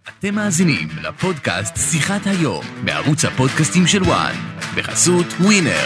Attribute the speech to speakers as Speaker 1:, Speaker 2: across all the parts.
Speaker 1: אתם מאזינים לפודקאסט שיחת היום בערוץ הפודקאסטים של וואן, בחסות ווינר.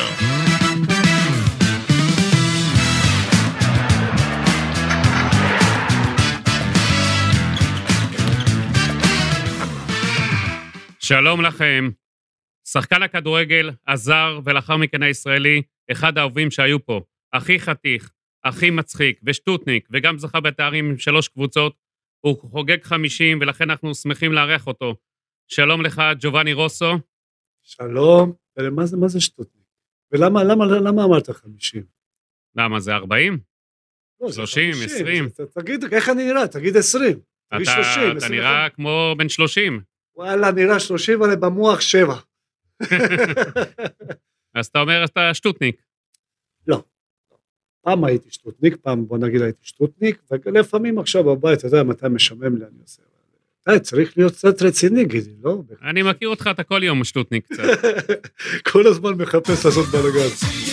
Speaker 2: שלום לכם. שחקן הכדורגל, הזר ולאחר מכן הישראלי, אחד האהובים שהיו פה, הכי חתיך, הכי מצחיק ושטוטניק, וגם זכה בתארים עם 3 קבוצות, הוא חוגג 50 ולכן אנחנו שמחים לארח אותו. שלום לך, ג'ובאני רוסו.
Speaker 3: שלום, מה זה שטוטניק? ולמה אמרת 50?
Speaker 2: למה, זה 40?
Speaker 3: לא,
Speaker 2: 30, 20?
Speaker 3: תגיד, איך אני נראה? תגיד 20. תגיד 30.
Speaker 2: אתה נראה כמו בן 30.
Speaker 3: וואלה, נראה 30, אבל במוח 7.
Speaker 2: אז אתה אומר, אתה שטוטניק.
Speaker 3: לא. פעם הייתי שטוטניק, בוא נגיד הייתי שטוטניק, ולפעמים עכשיו בבית, אתה יודע, מתי משמם לי, אני עושה. צריך להיות קצת רציני, גידי, לא?
Speaker 2: אני מכיר אותך, אתה כל יום שטוטניק קצת.
Speaker 3: כל הזמן מחפש לעשות בלגן.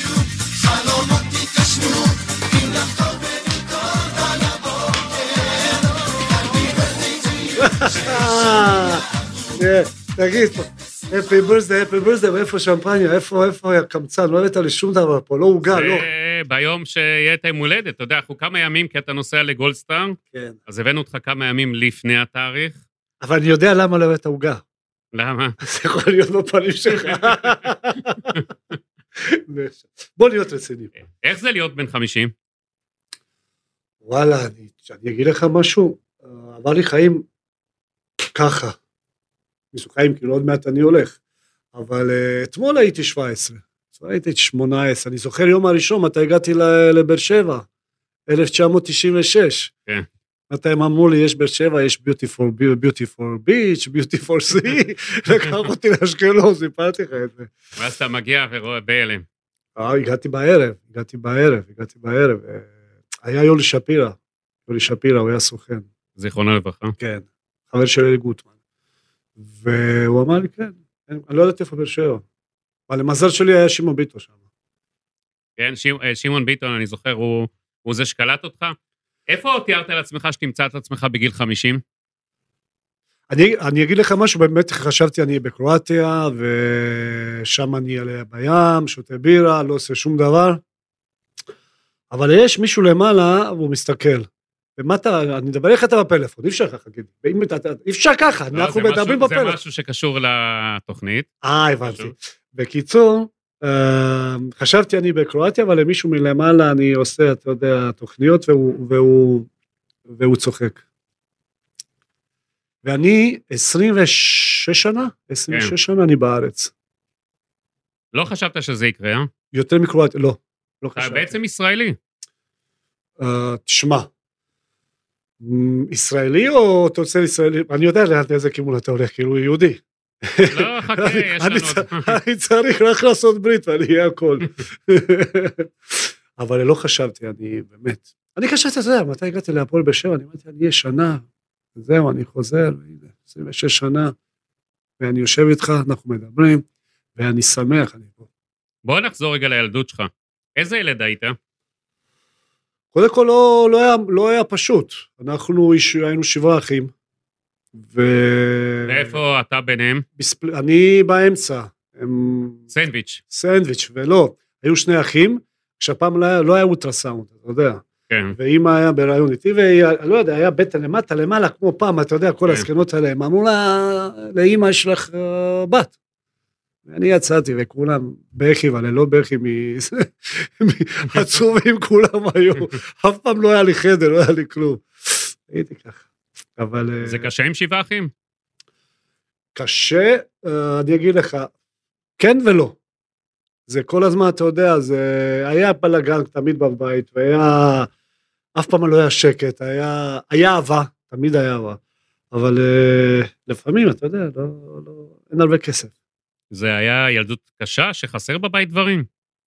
Speaker 3: תגיד, אפי ברזדה, ואיפה שמפניה, איפה הקמצן, לא הבאת לי שום דבר פה, לא הוגע, לא.
Speaker 2: ביום שיהיה את היום הולדת, אתה יודע, אנחנו כמה ימים, כי אתה נוסע לגולדסטאר, אז הבאנו אותך כמה ימים לפני התאריך.
Speaker 3: אבל אני יודע למה לא הבאת הוגע.
Speaker 2: למה?
Speaker 3: זה יכול להיות בפנים שלך. בוא להיות רציני.
Speaker 2: איך זה להיות בן 50?
Speaker 3: וואלה, אני אגיד לך משהו, עבר לי חיים ככה. חיים, כאילו עוד מעט אני הולך. אבל אתמול הייתי 17. הייתי 18, אני זוכר יום הראשון, מתי הגעתי לבאר שבע, 1996.
Speaker 2: כן.
Speaker 3: מתי הם אמרו לי, יש באר שבע, יש beautiful beach, beautiful sea, לקח אותי לאשקלון, סיפרתי לך את זה.
Speaker 2: ואז אתה מגיע ורואה בהלם.
Speaker 3: הגעתי בערב, היה יולי שפירא, הוא היה סוכן.
Speaker 2: זיכרונו לברכה.
Speaker 3: כן, חבר של אלי גוטמן. והוא אמר לי, כן, אני לא יודעת איפה באר שבע. אבל למזל שלי היה שמעון ביטון שם.
Speaker 2: כן, שמעון ביטון, אני זוכר, הוא זה שקלט אותך. איפה תיארת לעצמך שתמצא את עצמך בגיל 50?
Speaker 3: אני אגיד לך משהו, באמת חשבתי אני בקרואטיה, ושם אני עליה בים, שותה בירה, לא עושה שום דבר. אבל יש מישהו למעלה, והוא מסתכל. אני מדבר איך אתה בפלאפון, אי אפשר ככה, אי אפשר ככה, אנחנו מדברים בפלאפון.
Speaker 2: זה משהו שקשור לתוכנית.
Speaker 3: הבנתי. בקיצור, חשבתי אני בקרואטיה, אבל למישהו מלמעלה אני עושה, אתה יודע, תוכניות, והוא צוחק. ואני 26 שנה אני בארץ.
Speaker 2: לא חשבת שזה יקרה, אה?
Speaker 3: יותר מקרואטיה, לא חשבתי.
Speaker 2: אתה בעצם ישראלי.
Speaker 3: תשמע, ישראלי או אתה רוצה ישראלי? אני יודע לאן איזה כיוון אתה הולך, כאילו יהודי.
Speaker 2: לא, חכה, יש לנו...
Speaker 3: אני צריך רק לעשות ברית ואני אהיה הכל. אבל לא חשבתי, אני באמת. אני חשבתי, אתה יודע, מתי הגעתי להפועל באר שבע, אני אמרתי, אני אהיה שנה, זהו, אני חוזר, 26 שנה, ואני יושב איתך, אנחנו מדברים, ואני שמח, אני פה.
Speaker 2: בוא נחזור רגע לילדות שלך. איזה ילד היית?
Speaker 3: קודם כל לא היה פשוט, אנחנו היינו 7 אחים,
Speaker 2: ואיפה אתה ביניהם?
Speaker 3: אני באמצע.
Speaker 2: סנדוויץ',
Speaker 3: ולא, היו 2 אחים, כשפעם לא היה אולטרסאונד, אתה יודע.
Speaker 2: כן.
Speaker 3: ואמא היה בהיריון איתי, ולא יודע, היה בטן למטה, למעלה, כמו פעם, אתה יודע, כל הזקנות האלה, הם אמרו לה, לאמא יש לך בת. ואני יצאתי, וכולם בכי, אבל לא בכי, עצובים כולם היו, אף פעם לא היה לי חדר, לא היה לי כלום. הייתי ככה. אבל...
Speaker 2: זה קשה עם 7 אחים?
Speaker 3: קשה, אני אגיד לך, כן ולא. זה כל הזמן, אתה יודע, זה היה בלגן תמיד בבית, והיה, אף פעם לא היה שקט, היה אהבה, תמיד היה אהבה. אבל לפעמים, אתה יודע, אין הרבה כסף.
Speaker 2: זה היה ילדות קשה, שחסר בבית דברים?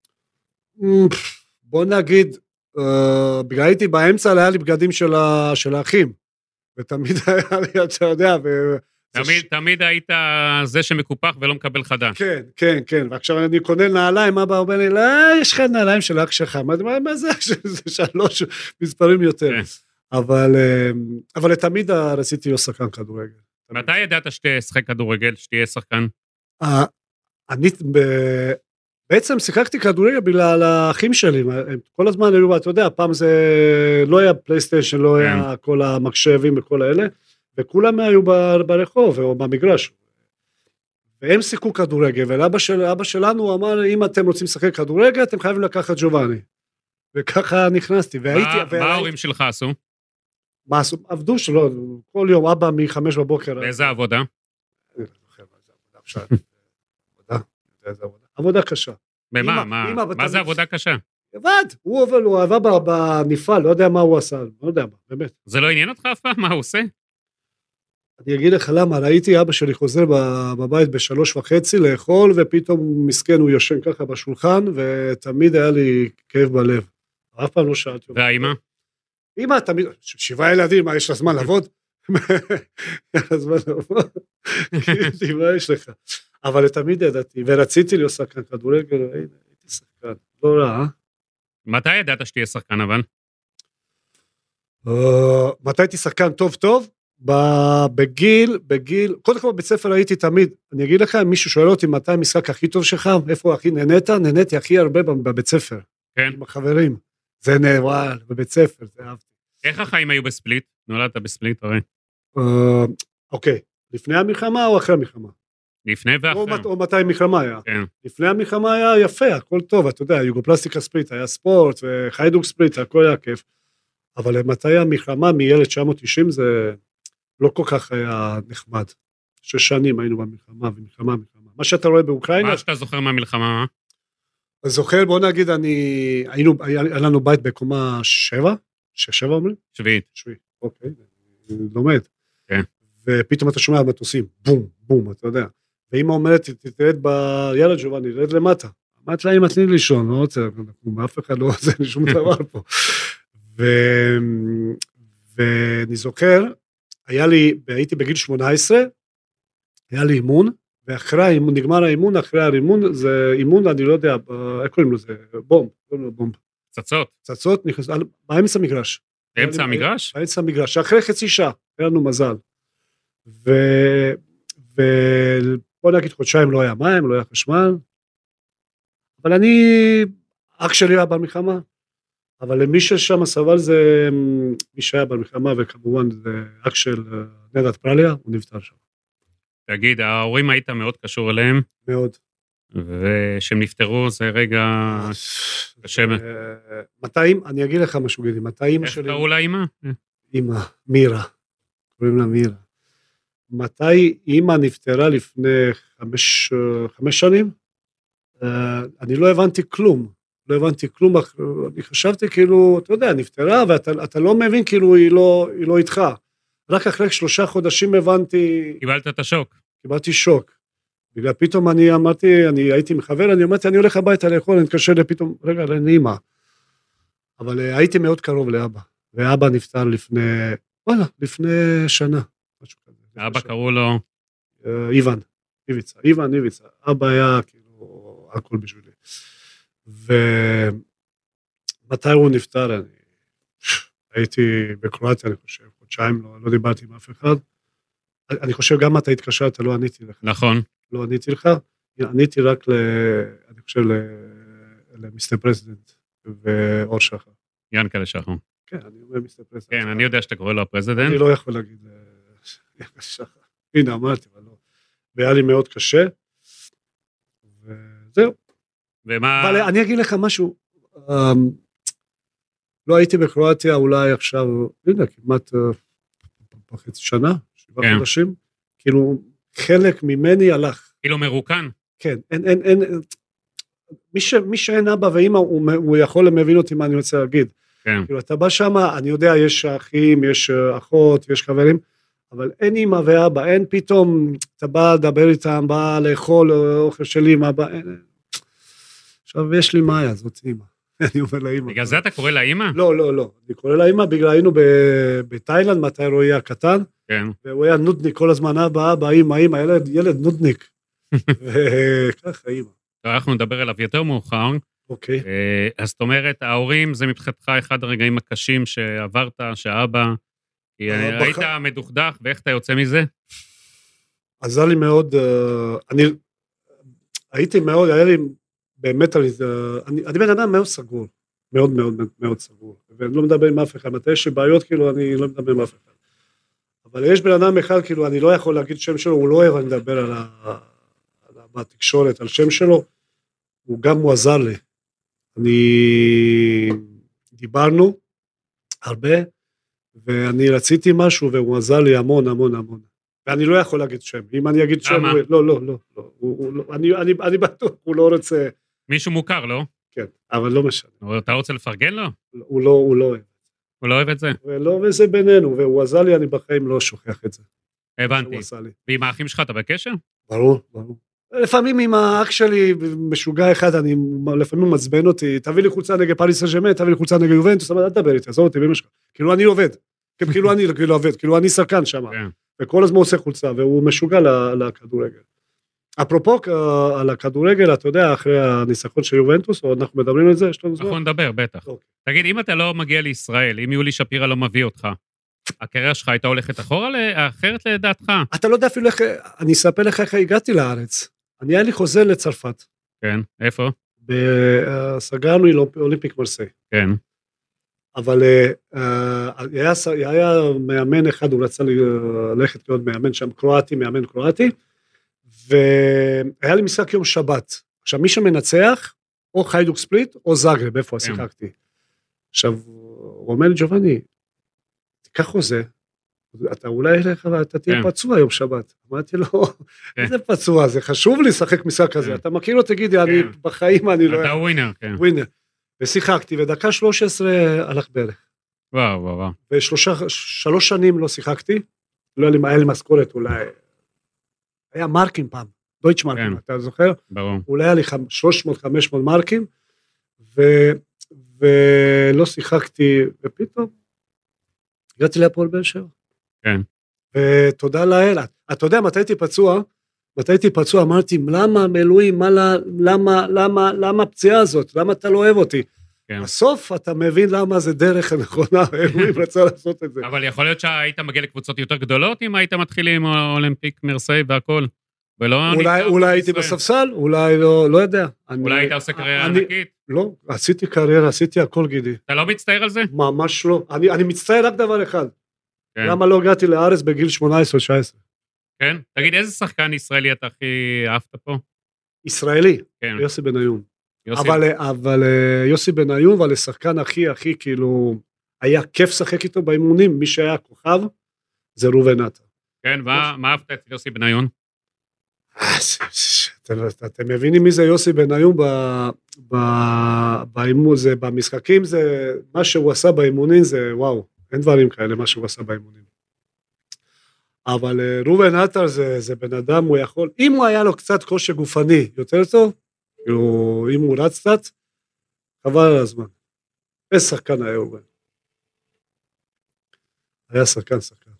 Speaker 3: בוא נגיד, בגלל הייתי באמצע, היה לי בגדים של האחים, ותמיד היה לי, אתה יודע,
Speaker 2: תמיד היית זה שמקופח ולא מקבל חדש.
Speaker 3: כן, ועכשיו אני קונה נעליים, אבא אומר לי, לא, יש לך נעליים של אח שלך, מה זה? זה 3 מספרים יותר. אבל תמיד רציתי להיות שחקן כדורגל.
Speaker 2: מתי ידעת שתשחק כדורגל, שתהיה שחקן?
Speaker 3: אני בעצם שיחקתי כדורגל בגלל האחים שלי, הם כל הזמן היו, אתה יודע, פעם זה לא היה פלייסטיישן, לא היה כל המחשבים וכל האלה, וכולם היו ברחוב או במגרש. והם שיחקו כדורגל, ואבא שלנו אמר, אם אתם רוצים לשחק כדורגל, אתם חייבים לקחת ג'ובאני. וככה נכנסתי,
Speaker 2: מה ההורים שלך עשו?
Speaker 3: מה עשו? עבדו שלא, כל יום, אבא מ-5 בבוקר.
Speaker 2: באיזה עבודה?
Speaker 3: עבודה קשה.
Speaker 2: במה? מה זה עבודה קשה?
Speaker 3: הוא עבד בנפעל, לא יודע מה הוא עשה, לא יודע מה, באמת.
Speaker 2: זה לא עניין אותך אף פעם? מה הוא עושה?
Speaker 3: אני אגיד לך למה, ראיתי אבא שלי חוזר בבית ב3:30 לאכול, ופתאום מסכן הוא יושן ככה בשולחן, ותמיד היה לי כאב בלב. אף פעם לא שאלתי.
Speaker 2: והאמא?
Speaker 3: אמא, תמיד, 7 ילדים, מה, יש לה זמן לעבוד? יש לה זמן לעבוד? מה יש לך? אבל תמיד ידעתי, ורציתי להיות שחקן כדורגל, הייתי שחקן, לא רע.
Speaker 2: מתי ידעת שתהיה שחקן אבל?
Speaker 3: מתי הייתי שחקן טוב? בגיל, קודם כל בבית ספר הייתי תמיד, אני אגיד לך, אם מישהו שואל אותי מתי המשחק הכי טוב שלך, איפה הכי נהניתי הכי הרבה בבית ספר.
Speaker 2: כן.
Speaker 3: עם החברים. זה נהוואל, בבית ספר, זה אהבתי.
Speaker 2: איך החיים היו בספליט? נולדת בספליט, הרי.
Speaker 3: אוקיי, לפני המלחמה או אחרי המלחמה?
Speaker 2: לפני ואחרי.
Speaker 3: או מתי המלחמה היה?
Speaker 2: כן.
Speaker 3: לפני המלחמה היה יפה, הכל טוב, אתה יודע, יוגופלסטיקה ספליט, היה ספורט, וחיידוק ספליט, הכל היה כיף. אבל מתי המלחמה מ-1990 זה לא כל כך היה נחמד. 6 שנים היינו במלחמה, ומלחמה. מה שאתה רואה באוקראינה...
Speaker 2: מה שאתה זוכר מהמלחמה?
Speaker 3: זוכר, בוא נגיד, היה לנו בית בקומה 7? 7 אומרים?
Speaker 2: 7.
Speaker 3: אוקיי, לומד.
Speaker 2: כן.
Speaker 3: ופתאום אתה שומע מטוסים, בום, בום, אתה יודע. ואמא אומרת, תתרד בילד ג'ובאני, תרד למטה. אמרת לה, אמא, תני לישון, לא רוצה, מאף אחד לא רוצה שום דבר פה. ואני זוכר, הייתי בגיל 18, היה לי אימון, ואחרי האימון, נגמר האימון, אחרי האימון, זה אימון, אני לא יודע, איך קוראים לו זה? בומב. צצות, נכנס, באמצע המגרש.
Speaker 2: באמצע המגרש?
Speaker 3: באמצע המגרש, אחרי חצי שעה, היה לנו מזל. ובוא נגיד חודשיים לא היה מים, לא היה חשמל, אבל אח שלי היה במלחמה, אבל למי ששם סבל זה מי שהיה במלחמה, וכמובן זה אח של נדת פרליה, הוא נפטר שם.
Speaker 2: תגיד, ההורים היית מאוד קשור אליהם?
Speaker 3: מאוד.
Speaker 2: ושהם נפטרו זה רגע קשה.
Speaker 3: מתי, אני אגיד לך משהו גידי, מתי אמא שלי...
Speaker 2: איך קראו לה אמא?
Speaker 3: אמא, מירה, קוראים לה מירה. מתי אמא נפטרה לפני 5 שנים? אני לא הבנתי כלום. אני חשבתי כאילו, אתה יודע, נפטרה, ואתה לא מבין כאילו היא לא איתך. רק אחרי 3 חודשים הבנתי...
Speaker 2: קיבלת את השוק.
Speaker 3: קיבלתי שוק. בגלל פתאום אני הייתי מחבר, אני אמרתי, אני הולך הביתה לאכול, אני מתקשר לפתאום, רגע, לאמא. אבל הייתי מאוד קרוב לאבא, ואבא נפטר לפני שנה.
Speaker 2: אבא קראו לו?
Speaker 3: איוון, איביצה. אבא היה כאילו הכל בשבילי. ומתי הוא נפטר? הייתי בקרואטיה, אני חושב, חודשיים, לא דיברתי עם אף אחד. אני חושב גם אתה התקשרת, לא עניתי לך.
Speaker 2: נכון.
Speaker 3: לא עניתי לך, עניתי רק אני חושב למיסטר פרזידנט ואור שחר.
Speaker 2: ינקלה שחר.
Speaker 3: כן, אני אומר מיסטר פרזידנט.
Speaker 2: כן, אני יודע שאתה קורא לו הפרזידנט.
Speaker 3: אני לא יכול להגיד ינקלה שחר. הנה, אמרתי, אבל לא. והיה לי מאוד קשה, וזהו.
Speaker 2: ומה...
Speaker 3: אבל אני אגיד לך משהו, לא הייתי בקרואטיה אולי עכשיו, הנה, כמעט בחצי שנה, 7 חודשים, כאילו חלק ממני הלך.
Speaker 2: כאילו מרוקן.
Speaker 3: כן, אין, מי שאין אבא ואמא, הוא יכול למבין אותי מה אני רוצה להגיד.
Speaker 2: כן.
Speaker 3: כאילו אתה בא שם, אני יודע, יש אחים, יש אחות, יש חברים, אבל אין אמא ואבא, אין פתאום, אתה בא לדבר איתם, בא לאכול אוכל של אמא, עכשיו יש לי מאיה, זאת אמא. אני אומר לאמא.
Speaker 2: בגלל זה אתה קורא לאמא?
Speaker 3: לא. אני קורא לאמא בגלל היינו בתאילנד, מתי רואי הקטן,
Speaker 2: כן.
Speaker 3: והוא היה נודניק כל הזמן, אבא, אמא, ילד נודניק. וככה אמא.
Speaker 2: אנחנו נדבר עליו יותר מאוחר.
Speaker 3: אוקיי.
Speaker 2: אז זאת אומרת, ההורים זה מבחינתך אחד הרגעים הקשים שעברת, שהאבא, היית מדוכדך, ואיך אתה יוצא מזה?
Speaker 3: עזר לי מאוד, אני הייתי מאוד, היה לי באמת, אני בן אדם מאוד סגור, מאוד מאוד מאוד סגור, ואני לא מדבר עם אף אחד, מתי יש בעיות, כאילו, אני לא מדבר עם אף אחד. אבל יש בן אדם אחד, כאילו, אני לא יכול להגיד שם שלו, הוא לא אוהב, אני מדבר בתקשורת על שם שלו, הוא גם הוא עזר לי. דיברנו הרבה, ואני רציתי משהו, והוא עזר לי המון, המון, המון. ואני לא יכול להגיד שם. אם אני אגיד שם, לא. אני בטוח, הוא לא רוצה...
Speaker 2: מישהו מוכר, לא?
Speaker 3: כן, אבל לא משנה.
Speaker 2: אתה רוצה לפרגן לו?
Speaker 3: הוא לא אוהב.
Speaker 2: הוא לא אוהב את זה?
Speaker 3: ולא, וזה בינינו, והוא עזר לי, אני בחיים לא שוכח את זה.
Speaker 2: הבנתי. ועם האחים שלך אתה בקשר?
Speaker 3: ברור. לפעמים עם האח שלי, משוגע אחד, אני לפעמים מצבן אותי, תביא לי חולצה נגד פריס סן ז'רמן, תביא לי חולצה נגד יובנטוס, אל תדבר איתי, עזוב אותי, כאילו אני עובד, כאילו אני שחקן שם, וכל הזמן עושה חולצה, והוא משוגע לכדורגל. אפרופו על הכדורגל, אתה יודע, אחרי הניצחון של יובנטוס, או אנחנו מדברים על זה, יש לנו זמן?
Speaker 2: אנחנו נדבר, בטח. תגיד, אם אתה לא מגיע לישראל, אם יולי שפירא לא מביא אותך, הקריירה שלך הייתה הולכת אחרת לדעתך?
Speaker 3: אתה לא יודע אפילו איך, אני אספר לך איך הגעתי לארץ. אני היה לי חוזר לצרפת.
Speaker 2: כן, איפה?
Speaker 3: סגרנו אולימפיק מרסיי.
Speaker 2: כן.
Speaker 3: אבל היה מאמן אחד, הוא רצה ללכת להיות מאמן שם, מאמן קרואטי, והיה לי משחק יום שבת. עכשיו, מי שמנצח, או חיידוק ספליט, או זאגרב, איפה שיחקתי. עכשיו, הוא אומר לי, ג'ובאני, תיקח חוזה, אתה אולי אתה תהיה פצוע יום שבת. אמרתי לו, איזה פצוע, זה חשוב לי לשחק משחק כזה, אתה מכיר לו, תגידי, אני בחיים, אני לא...
Speaker 2: אתה ווינר, כן.
Speaker 3: ווינר. ושיחקתי, ודקה 13 הלך בערך.
Speaker 2: וואו.
Speaker 3: ושלוש שנים לא שיחקתי, לא היה לי משכורת, אולי... היה מרקים פעם, דויטש מרקים, אתה זוכר?
Speaker 2: ברור.
Speaker 3: אולי היה לי 300-500 מרקים, ולא שיחקתי, ופתאום, הגעתי להפועל באר שבע.
Speaker 2: כן.
Speaker 3: ותודה לאל. אתה יודע, מתי הייתי פצוע, אמרתי, למה, אלוהים, למה הפציעה הזאת? למה אתה לא אוהב אותי? כן. בסוף אתה מבין למה זה דרך הנכונה, אלוהים רצה לעשות את זה.
Speaker 2: אבל יכול להיות שהיית מגיע לקבוצות יותר גדולות, אם היית מתחיל עם אולימפיק מרסיי והכל.
Speaker 3: אולי הייתי בספסל, אולי לא יודע.
Speaker 2: אולי היית עושה קריירה ענקית?
Speaker 3: לא, עשיתי קריירה, עשיתי הכל גידי.
Speaker 2: אתה לא מצטער על זה?
Speaker 3: ממש לא. אני מצטער רק דבר אחד. למה לא הגעתי לארץ בגיל 18-19?
Speaker 2: כן? תגיד, איזה שחקן ישראלי אתה הכי אהבת פה?
Speaker 3: ישראלי? כן. יוסי בניון. אבל יוסי בניון, אבל השחקן הכי כאילו, היה כיף לשחק איתו באימונים, מי שהיה כוכב, זה ראובן עטר.
Speaker 2: כן, מה אהבת את יוסי בניון?
Speaker 3: אתם מבינים מי זה יוסי בניון במשחקים, זה מה שהוא עשה באימונים, זה וואו, אין דברים כאלה, מה שהוא עשה באימונים. אבל ראובן עטר זה בן אדם, הוא יכול, אם הוא היה לו קצת כושר גופני יותר טוב, אם הוא רץ קצת, חבל על הזמן. איזה שחקן היה ראובן. היה שחקן.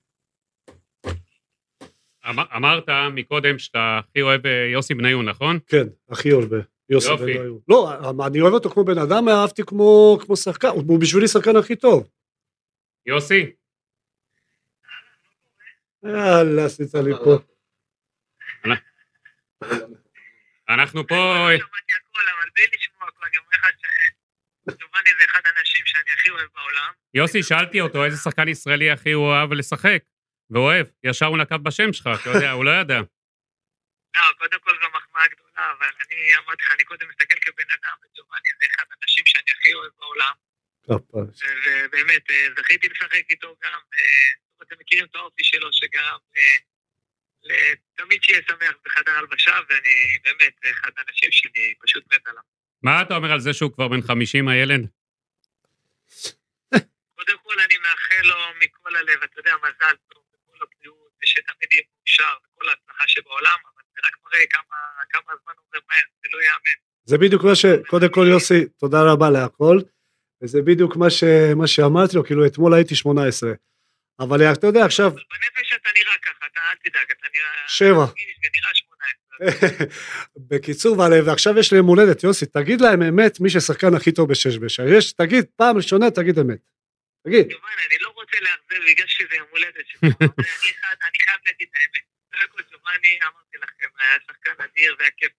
Speaker 2: אמרת מקודם שאתה הכי אוהב יוסי בניון, נכון?
Speaker 3: כן, הכי אוהב יוסי בניון. לא, אני אוהב אותו כמו בן אדם, אהבתי כמו שחקן, הוא בשבילי שחקן הכי טוב.
Speaker 2: יוסי?
Speaker 3: יאללה, עשית לי פה.
Speaker 2: אנחנו פה...
Speaker 4: שמעתי הכל, אבל בלי לשמוע הכל, אני אומר לך שג'ובאני זה אחד האנשים שאני הכי אוהב בעולם.
Speaker 2: יוסי, שאלתי אותו איזה שחקן ישראלי הכי הוא אוהב לשחק. ואוהב, ישר הוא נקב בשם שלך, אתה יודע, הוא לא ידע.
Speaker 4: לא, קודם כל זו מחמאה גדולה, אבל אני אמרתי לך, אני קודם מסתכל כבן אדם, וג'ובאני זה אחד האנשים שאני הכי אוהב בעולם. ובאמת, זכיתי לשחק איתו גם, אתם מכירים את האופי שלו, שגם תמיד שיהיה שמח בחדר הלבשה, ואני באמת, אחד האנשים שלי פשוט מת עליו.
Speaker 2: מה אתה אומר על זה שהוא כבר בן 50 הילד?
Speaker 4: קודם כל אני מאחל לו מכל הלב, אתה יודע, מזל טוב, וכל הבריאות, ושתמיד יהיה מאושר, וכל ההצלחה שבעולם, אבל זה רק מראה כמה הזמן עובר מהר, זה לא יאמן.
Speaker 3: זה בדיוק מה קודם כל יוסי, תודה רבה להכל, וזה בדיוק מה שאמרתי לו, כאילו אתמול הייתי 18, אבל אתה יודע עכשיו...
Speaker 4: בנפש אתה נראה ככה, אתה אל תדאג, אתה נראה...
Speaker 3: 7.
Speaker 4: אתה נראה 18.
Speaker 3: בקיצור, ועכשיו יש להם הולדת, יוסי, תגיד להם אמת, מי ששחקן הכי טוב בשש, תגיד, פעם ראשונה, תגיד אמת. תגיד.
Speaker 4: יובן, אני לא רוצה להחזר בגלל שזה יום הולדת שלו, אני חייב להגיד את האמת. קודם כל, יובני, אדיר, והיה כיף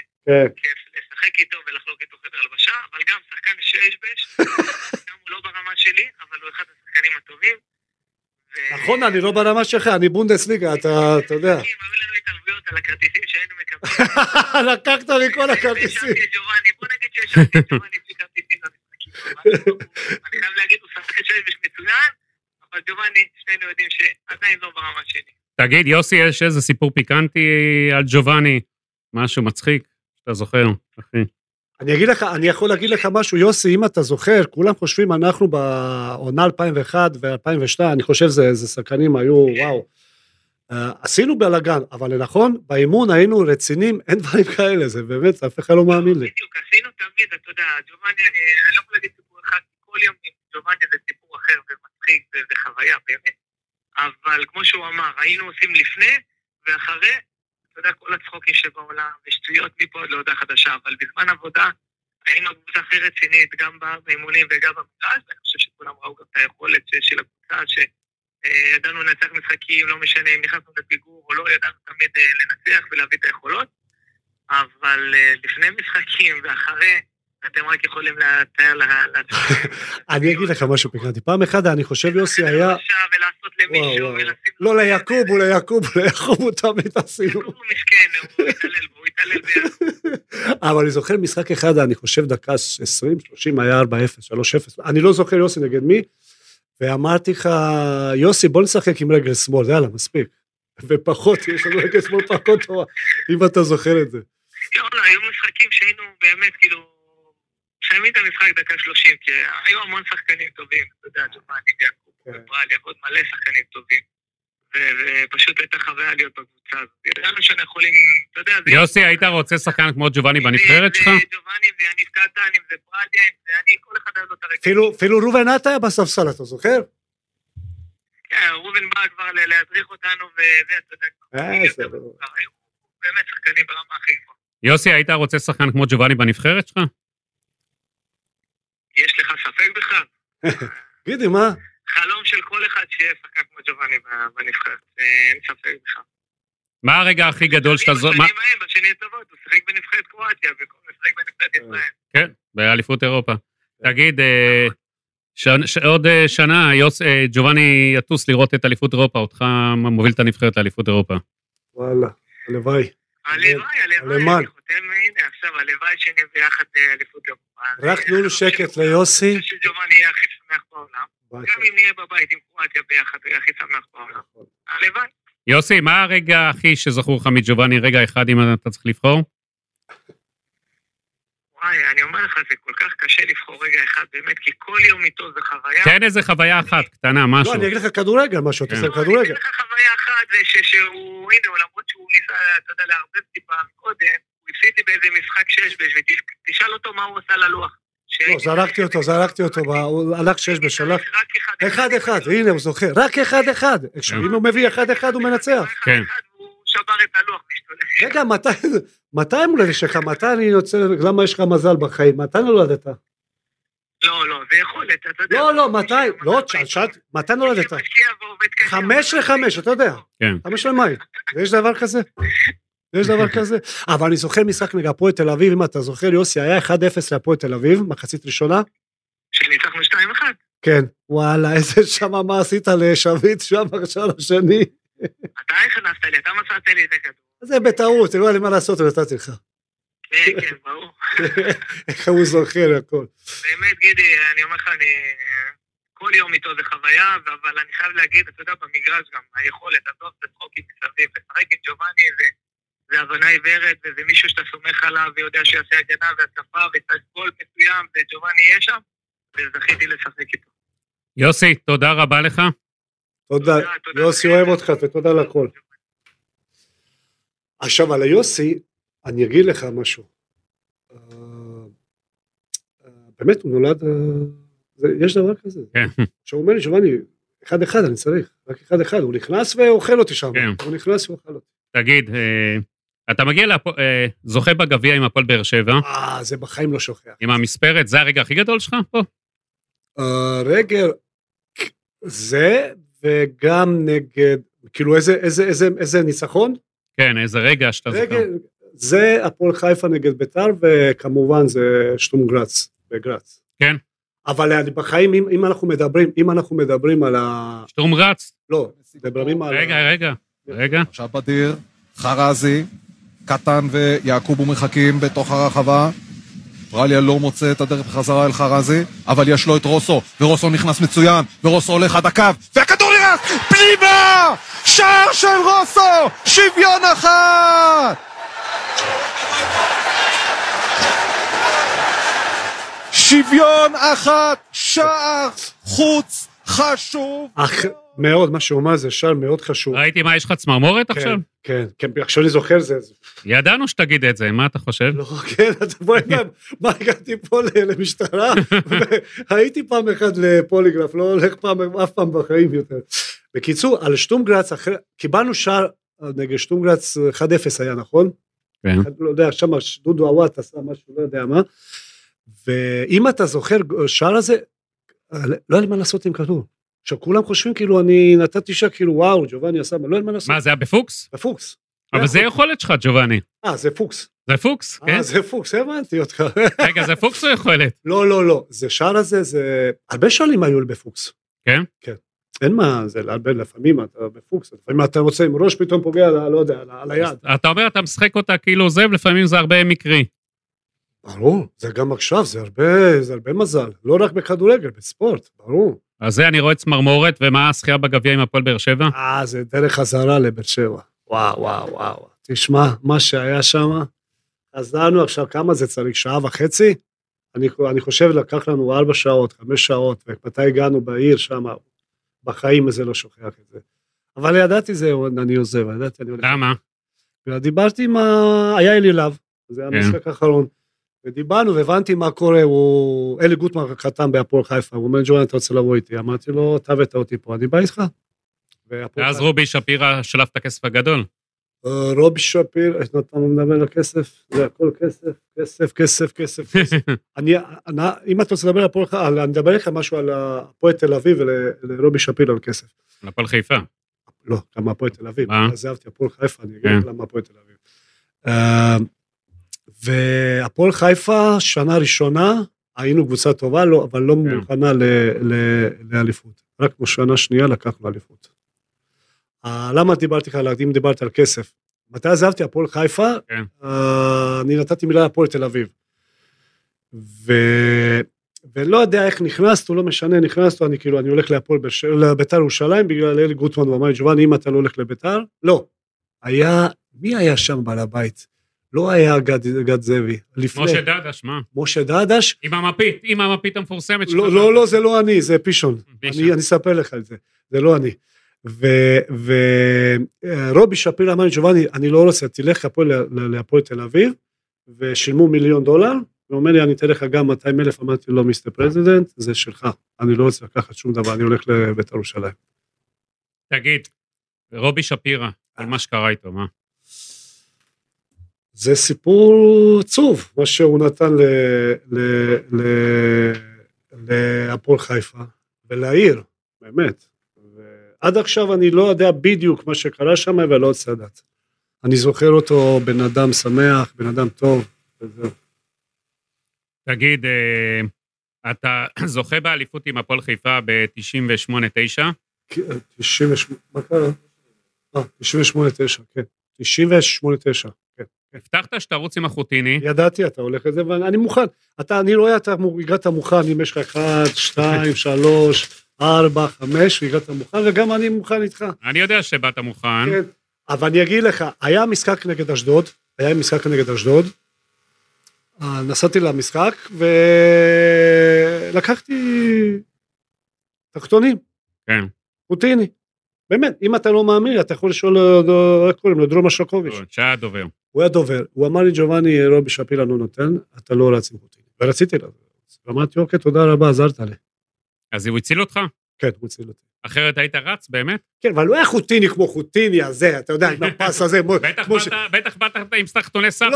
Speaker 4: לשחק איתו ולחלוק איתו חדר הלבשה, אבל גם שחקן שיש, גם הוא לא ברמה שלי, אבל הוא אחד השחקנים הטובים.
Speaker 3: נכון, אני לא ברמה שלך, אני בונדסליגה, אתה יודע.
Speaker 4: היו לנו התערבויות על הכרטיסים שהיינו מקבלים.
Speaker 3: לקחת מכל הכרטיסים.
Speaker 4: בוא נגיד שישבתי את ג'ובאני בלי כרטיסים למשחקים. אני חייב להגיד, הוא שחקן שיש מצוין, אבל ג'ובאני, שנינו יודעים שעדיין לא ברמה שלי.
Speaker 2: תגיד, יוסי, יש איזה סיפור פיקנטי על ג'ובאני? משהו מצחיק, שאתה זוכר, אחי.
Speaker 3: אני יכול להגיד לך משהו, יוסי, אם אתה זוכר, כולם חושבים, אנחנו בעונה 2001 ו-2002, אני חושב זה שחקנים היו, וואו. עשינו בלגן, אבל נכון, באימון היינו רצינים, אין דברים כאלה, זה באמת, אף אחד לא מאמין לי.
Speaker 4: בדיוק, עשינו תמיד, אתה יודע, ג'ובאני, אני לא יכול להגיד סיפור אחד, כל יום ג'ובאני זה סיפור אחר, ומצחיק, זה חוויה, באמת. אבל כמו שהוא אמר, היינו עושים לפני ואחרי, אתה יודע, כל הצחוקים שבעולם, ושטויות מפה עוד להודעה חדשה, אבל בזמן עבודה היינו קבוצה הכי רצינית, גם באימונים וגם במגרש, ואני חושב שכולם ראו גם את היכולת של הקבוצה, שידענו לנצח משחקים, לא משנה אם נכנסנו לפיגור או לא, ידענו תמיד לנצח ולהביא את היכולות, אבל לפני משחקים ואחרי, אתם רק יכולים לתאר
Speaker 3: אני אגיד לך משהו פיקנטי, פעם אחד אני חושב יוסי היה...
Speaker 4: ולעשות למישהו,
Speaker 3: לא ליעקוב, הוא תמיד עשינו.
Speaker 4: הוא מסכן, הוא התעלל ביחד.
Speaker 3: אבל אני זוכר משחק אחד, אני חושב דקה 20-30, היה 4-0, 3-0, אני לא זוכר יוסי נגד מי, ואמרתי לך, יוסי בוא נשחק עם רגל שמאל, יאללה, מספיק. ופחות, יש לנו רגל שמאל פחות טובה, אם אתה זוכר את זה.
Speaker 4: לא, היו משחקים שהיינו באמת כאילו, שמים את המשחק דקה 30, כי היו המון שחקנים טובים, אתה יודע, ג'ובאני, יעקוב, וברלי, עוד מלא שחקנים טובים, ופשוט הייתה חוויה להיות בקבוצה הזאת. ידענו שאנחנו יכולים, אתה יודע...
Speaker 2: יוסי, היית רוצה שחקן כמו ג'ובאני בנבחרת שלך?
Speaker 4: זה ג'ובאני, זה יניב קטן, אם זה ברליה, אם זה אני, כל אחד היה לו את הרגע.
Speaker 3: אפילו רובן עטה היה בספסל, אתה זוכר?
Speaker 4: כן, רובן בא כבר להדריך אותנו, וזה, אתה יודע, באמת שחקנים ברמה הכי גבוהה.
Speaker 2: יוסי, היית רוצה שחקן כמו ג'ובאני בנבחרת שלך?
Speaker 4: יש לך ספק בכלל?
Speaker 3: גידי, מה?
Speaker 4: חלום של כל אחד שיהיה שחקן כמו ג'ובאני בנבחרת, אין ספק בכלל.
Speaker 2: מה הרגע הכי גדול שאתה זוכר?
Speaker 4: בשני טובות, הוא שחק בנבחרת קרואטיה, וכל משחק בנבחרת ישראל.
Speaker 2: כן, באליפות אירופה. תגיד, עוד שנה ג'ובאני יטוס לראות את אליפות אירופה, אותך מוביל את הנבחרת לאליפות אירופה.
Speaker 3: וואלה, הלוואי.
Speaker 4: הלוואי, אני חותם, הנה, עכשיו הלוואי שנהיה ביחד אליפות אירופה.
Speaker 3: רק תנו לו שקט ליוסי.
Speaker 4: שג'ובאני יהיה הכי שמח בעולם. גם אם נהיה בבית עם קרואטיה ביחד, הוא יהיה הכי שמח בעולם. הלוואי.
Speaker 2: יוסי, מה הרגע הכי שזכור לך מג'ובאני, רגע אחד אם אתה צריך לבחור?
Speaker 4: וואי, אני אומר לך, זה כל כך קשה לבחור רגע אחד, באמת, כי כל יום איתו זה חוויה.
Speaker 2: כן, איזה חוויה אחת, קטנה, משהו.
Speaker 3: לא, אני אגיד לך כדורגל, משהו, אתה עושה כדורגל.
Speaker 4: אני אגיד לך חוויה אחת, זה שהוא, הנה, למרות שהוא ניסה, אתה יודע, להרבה טיפה קודם, הוא הפסיד לי באיזה משחק 6, ותשאל אותו מה הוא עושה ללוח.
Speaker 3: לא, זרקתי אותו, הוא הלך 6 בשלח. 1-1, הנה הוא זוכר, רק 1-1. אם הוא מביא 1-1 הוא מנצח.
Speaker 4: כן. הוא שבר את הלוח, משתולך.
Speaker 3: רגע, מתי מולד שלך? מתי אני יוצא, למה יש לך מזל בחיים? מתי נולדת?
Speaker 4: לא, זה יכולת, אתה יודע.
Speaker 3: לא, מתי? לא, מתי נולדת? 5-5, אתה יודע. 5 למאי. יש דבר כזה? יש דבר כזה? אבל אני זוכר משחק נגד הפועל תל אביב, אם אתה זוכר, יוסי, היה 1-0 להפועל תל אביב, מחצית ראשונה.
Speaker 4: שניצחנו 2-1.
Speaker 3: כן, וואלה, איזה שמה, מה עשית לשביט שם עכשיו השני?
Speaker 4: אתה הכנסת לי, אתה מסעת לי את הכדור.
Speaker 3: זה בטעות, לא היה לי מה לעשות, ונתתי לך.
Speaker 4: כן, ברור.
Speaker 3: איך הוא זוכר הכל.
Speaker 4: באמת, גידי, אני אומר לך, כל יום איתו זה חוויה, אבל אני חייב להגיד, אתה יודע, במגרש גם, היכולת, עזוב, זה צחוקים מסביב, לשחק עם ג'ובאני זה הבנה עיוורת, וזה מישהו שאתה סומך עליו, ויודע שיעשה הגנה והתקפה, ותגול מסוים, וג'ובאני יהיה שם, וזכיתי לשחק איתו.
Speaker 2: יוסי, תודה רבה לך.
Speaker 3: תודה, יוסי אוהב אותך, ותודה לכל. עכשיו, על היוסי, אני אגיד לך משהו. באמת, הוא נולד, יש דבר כזה. שהוא אומר לי, ג'ובאני, 1-1 אני צריך, רק 1-1, הוא נכנס ואוכל אותי שם. הוא נכנס ואוכל אותי.
Speaker 2: תגיד, אתה מגיע זוכה בגביע עם הפועל באר שבע.
Speaker 3: זה בחיים לא שוכח.
Speaker 2: עם המספרת, זה הרגע הכי גדול שלך פה?
Speaker 3: רגע, זה וגם נגד, כאילו איזה ניצחון?
Speaker 2: כן, איזה רגע שאתה זוכר.
Speaker 3: זה הפועל חיפה נגד ביתר, וכמובן זה שטום גרץ, בגרץ.
Speaker 2: כן.
Speaker 3: אבל בחיים, אם אנחנו מדברים על
Speaker 2: שטום גרץ?
Speaker 3: לא, מדברים על...
Speaker 2: רגע.
Speaker 5: עכשיו בדיר, חרזי, קטן ויעקובו מחכים בתוך הרחבה. ברליה לא מוצא את הדרך בחזרה אל חרזי, אבל יש לו את רוסו, ורוסו נכנס מצוין, ורוסו הולך עד הקו, והכדור נכנס, פנימה! שער של רוסו! שוויון אחת! שוויון אחת! שער חוץ חשוב!
Speaker 3: מאוד, מה שהוא אומר זה שער מאוד חשוב.
Speaker 2: ראיתי מה, יש לך צמרמורת עכשיו?
Speaker 3: כן, עכשיו אני זוכר זה.
Speaker 2: ידענו שתגיד את זה, מה אתה חושב?
Speaker 3: לא, כן, אתה בואי גם, מה הגעתי פה למשטרה, והייתי פעם אחד לפוליגרף, לא הולך אף פעם בחיים יותר. בקיצור, על שטום גרץ, קיבלנו שער נגד שטום גרץ 1-0 היה, נכון?
Speaker 2: כן.
Speaker 3: לא יודע, שם דודו עוואט עשה משהו, לא יודע מה, ואם אתה זוכר שער הזה, לא היה מה לעשות עם כדור. עכשיו, כולם חושבים כאילו, אני נתתי שער כאילו, וואו, ג'ובאני עשה, לא היה מה לעשות.
Speaker 2: מה, זה היה בפוקס?
Speaker 3: בפוקס.
Speaker 2: אבל זה יכולת שלך, ג'ובאני.
Speaker 3: זה פוקס.
Speaker 2: זה פוקס, כן?
Speaker 3: זה פוקס, הבנתי אותך.
Speaker 2: רגע, זה פוקס או יכולת?
Speaker 3: לא, זה שער הזה, זה... הרבה שערים היו בפוקס.
Speaker 2: כן?
Speaker 3: כן. אין מה, זה לפעמים אתה בפוקס, לפעמים אתה רוצה עם ראש פתאום פוגע, לא יודע, על היד.
Speaker 2: אתה אומר, אתה משחק אותה כאילו זה, ולפעמים זה הרבה מקרי.
Speaker 3: ברור, זה גם עכשיו, זה הרבה מזל. לא רק בכדורגל, בספורט, ברור.
Speaker 2: אז זה אני רואה צמרמורת, ומה השחייה בגביע עם הפועל באר שבע?
Speaker 3: זה דרך חזרה לבאר שבע. וואו. תשמע, מה שהיה שם, חזרנו עכשיו, כמה זה צריך? שעה וחצי? אני חושב לקח לנו 4 שעות, 5 שעות, ומתי הגענו בעיר שם, בחיים הזה לא שוכח את זה. אבל ידעתי זה, אני עוזב, ידעתי אני הולך.
Speaker 2: למה?
Speaker 3: ודיברתי עם היה אלי לב, זה היה המשחק האחרון, ודיברנו והבנתי מה קורה, אלי גוטמן חתם בהפועל חיפה, הוא אומר, ג'ואן, אתה רוצה לבוא איתי? אמרתי לו, אתה הבאת אותי פה, אני בא איתך.
Speaker 2: ואז רובי שפירא שלף את הכסף הגדול.
Speaker 3: רובי שפירא, הוא מדבר על כסף, זה הכל כסף. אם אתה רוצה לדבר על הפועל חיפה, אני מדבר לך משהו על הפועל תל אביב ולרובי שפירא על כסף.
Speaker 2: על הפועל חיפה.
Speaker 3: לא, גם הפועל תל אביב. עזבתי הפועל חיפה, אני אגיד למה הפועל תל אביב. והפועל חיפה, שנה ראשונה, היינו קבוצה טובה, אבל לא מוכנה לאליפות. רק בשנה שנייה לקחנו אליפות. למה דיברתי על כסף? מתי עזבתי הפועל חיפה? אני נתתי מילה לפועל תל אביב. ולא יודע איך נכנסת, או לא משנה, נכנסתי, אני הולך לביתר ירושלים, בגלל אלי גוטמן, הוא אמר, ג'ובאני, אם אתה לא הולך לביתר? לא. מי היה שם בעל הבית? לא היה גד זאבי.
Speaker 2: משה דדש, מה?
Speaker 3: משה דדש?
Speaker 2: עם המפית המפורסמת.
Speaker 3: לא, זה לא אני, זה פישון. אני אספר לך את זה. זה לא אני. ורובי שפירא אמר לי, ג'ובאני, אני לא רוצה, תלך להפועל תל אביב, ושילמו $1,000,000, הוא אומר לי, אני אתן לך גם 200,000, אמרתי לו, מיסטר פרזידנט, זה שלך, אני לא רוצה לקחת שום דבר, אני הולך לבית"ר ירושלים.
Speaker 2: תגיד, רובי שפירא, על מה שקרה איתו, מה?
Speaker 3: זה סיפור עצוב, מה שהוא נתן להפועל חיפה, ולעיר, באמת. עד עכשיו אני לא יודע בדיוק מה שקרה שם, ולא רוצה לדעת. אני זוכר אותו בן אדם שמח, בן אדם טוב, וזהו.
Speaker 2: תגיד, אתה זוכה באליפות עם הפועל חיפה ב-98-9?
Speaker 3: 98, מה קרה? 98-9, כן. 98-9, כן.
Speaker 2: הבטחת שתרוץ עם החוטיני.
Speaker 3: ידעתי, אתה הולך לזה, ואני מוכן. אני רואה, אתה הגעת מוכן, אם יש לך 1, 2, 3, 4, 5, והגעת מוכן, וגם אני מוכן איתך.
Speaker 2: אני יודע שבאת מוכן.
Speaker 3: כן, אבל אני אגיד לך, היה משחק נגד אשדוד, נסעתי למשחק, ולקחתי תחתונים.
Speaker 2: כן.
Speaker 3: רוטיני. באמת, אם אתה לא מאמין, אתה יכול לשאול, איך קוראים לו, דרום השקוביץ'.
Speaker 2: שהיה דובר.
Speaker 3: הוא היה דובר. הוא אמר לי, ג'ובאני, רובי שפירא לא נותן, אתה לא רץ עם רוטיני. ורציתי לו. אמרתי, אוקיי, תודה רבה, עזרת לי.
Speaker 2: אז הוא הציל אותך?
Speaker 3: כן, הוא הציל אותי.
Speaker 2: אחרת היית רץ, באמת?
Speaker 3: כן, אבל לא היה חוטיני כמו חוטיני הזה, אתה יודע, עם הפס הזה.
Speaker 2: בטח באת עם סטחתוני סבתא.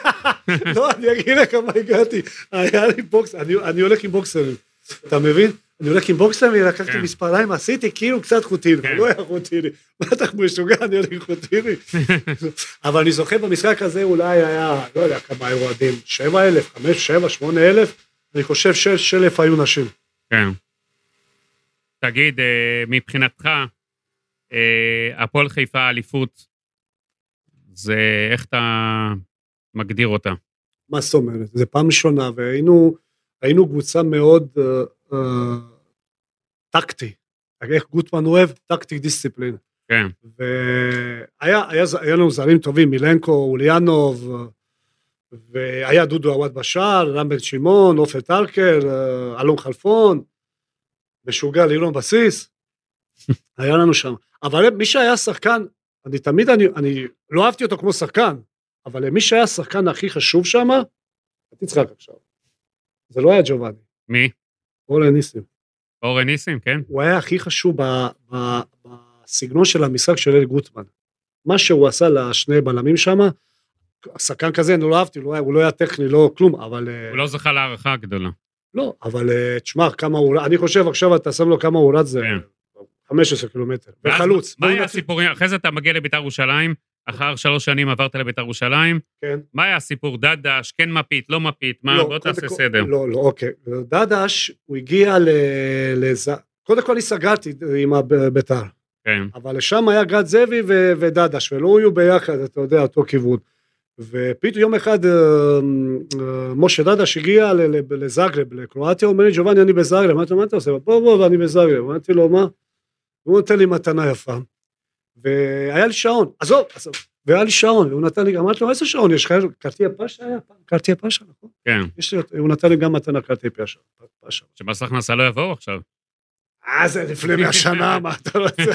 Speaker 3: לא, אני אגיד לך מה הגעתי. היה לי בוקס, אני הולך עם בוקסרים, אתה מבין? אני הולך עם בוקסלר, לקחתי מספריים, עשיתי כאילו קצת חוטיני, לא היה חוטיני, מה אתה משוגע, אני הולך עם חוטיני. אבל אני זוכר במשחק הזה אולי היה, לא יודע כמה היו אוהדים, 7,000, 5, 7, 8,000, אני חושב 6,000 היו נשים.
Speaker 2: כן. תגיד, מבחינתך, הפועל חיפה, אליפות, זה איך אתה מגדיר אותה?
Speaker 3: מה זאת אומרת? זה פעם ראשונה, והיינו קבוצה מאוד טקטי. איך גוטמן אוהב? טקטי דיסציפלין.
Speaker 2: כן.
Speaker 3: והיה לנו זרים טובים, מילנקו, אוליאנוב, והיה דודו עווד בשער, רם בן שמעון, אופל טרקל, אלון חלפון, משוגע לירון בסיס, היה לנו שם. אבל מי שהיה שחקן, אני לא אהבתי אותו כמו שחקן, אבל מי שהיה השחקן הכי חשוב שם, תצחק עכשיו. זה לא היה ג'ובאני.
Speaker 2: מי?
Speaker 3: אורן ניסים.
Speaker 2: אורן ניסים, כן.
Speaker 3: הוא היה הכי חשוב בסגנון של המשחק של אלי גוטמן. מה שהוא עשה לשני בלמים שם, השחקן כזה, אני לא אהבתי, הוא לא היה טכני, לא כלום, אבל...
Speaker 2: הוא לא זכה להערכה הגדולה.
Speaker 3: לא, אבל תשמע, כמה הוא... אני חושב עכשיו, אתה שם לו כמה הוא רד זה... 15 קילומטר. וחלוץ.
Speaker 2: מה היה הסיפורים? אחרי זה אתה מגיע לביתר ירושלים, אחר 3 שנים עברת לביתר ירושלים.
Speaker 3: כן.
Speaker 2: מה היה הסיפור? דדש, כן מפית, לא מפית, מה? בוא תעשה סדר.
Speaker 3: לא, אוקיי. דדש, הוא הגיע קודם כל אני סגרתי עם ביתר.
Speaker 2: כן.
Speaker 3: אבל לשם היה גד זאבי ודדש, ולא היו ביחד, אתה יודע, אותו כיוון. ופתאום יום אחד, משה דדש הגיע לזאגרב, לקרואטיה, הוא אומר לי, ג'ובאני, אני בזאגרב. מה אתה עושה? בוא, אני בזאגרב. אמרתי לו, מה? הוא נותן לי מתנה יפה. והיה לי שעון, עזוב, והיה לי שעון, והוא נתן לי, אמרתי לו, איזה שעון יש לך? קרטיה פאשה היה פעם, קרטיה פאשה, נכון?
Speaker 2: כן.
Speaker 3: הוא נתן לי גם מתנה קרטיה פאשה.
Speaker 2: שמס הכנסה לא יבואו עכשיו.
Speaker 3: זה לפני 100 שנה, מה אתה רוצה?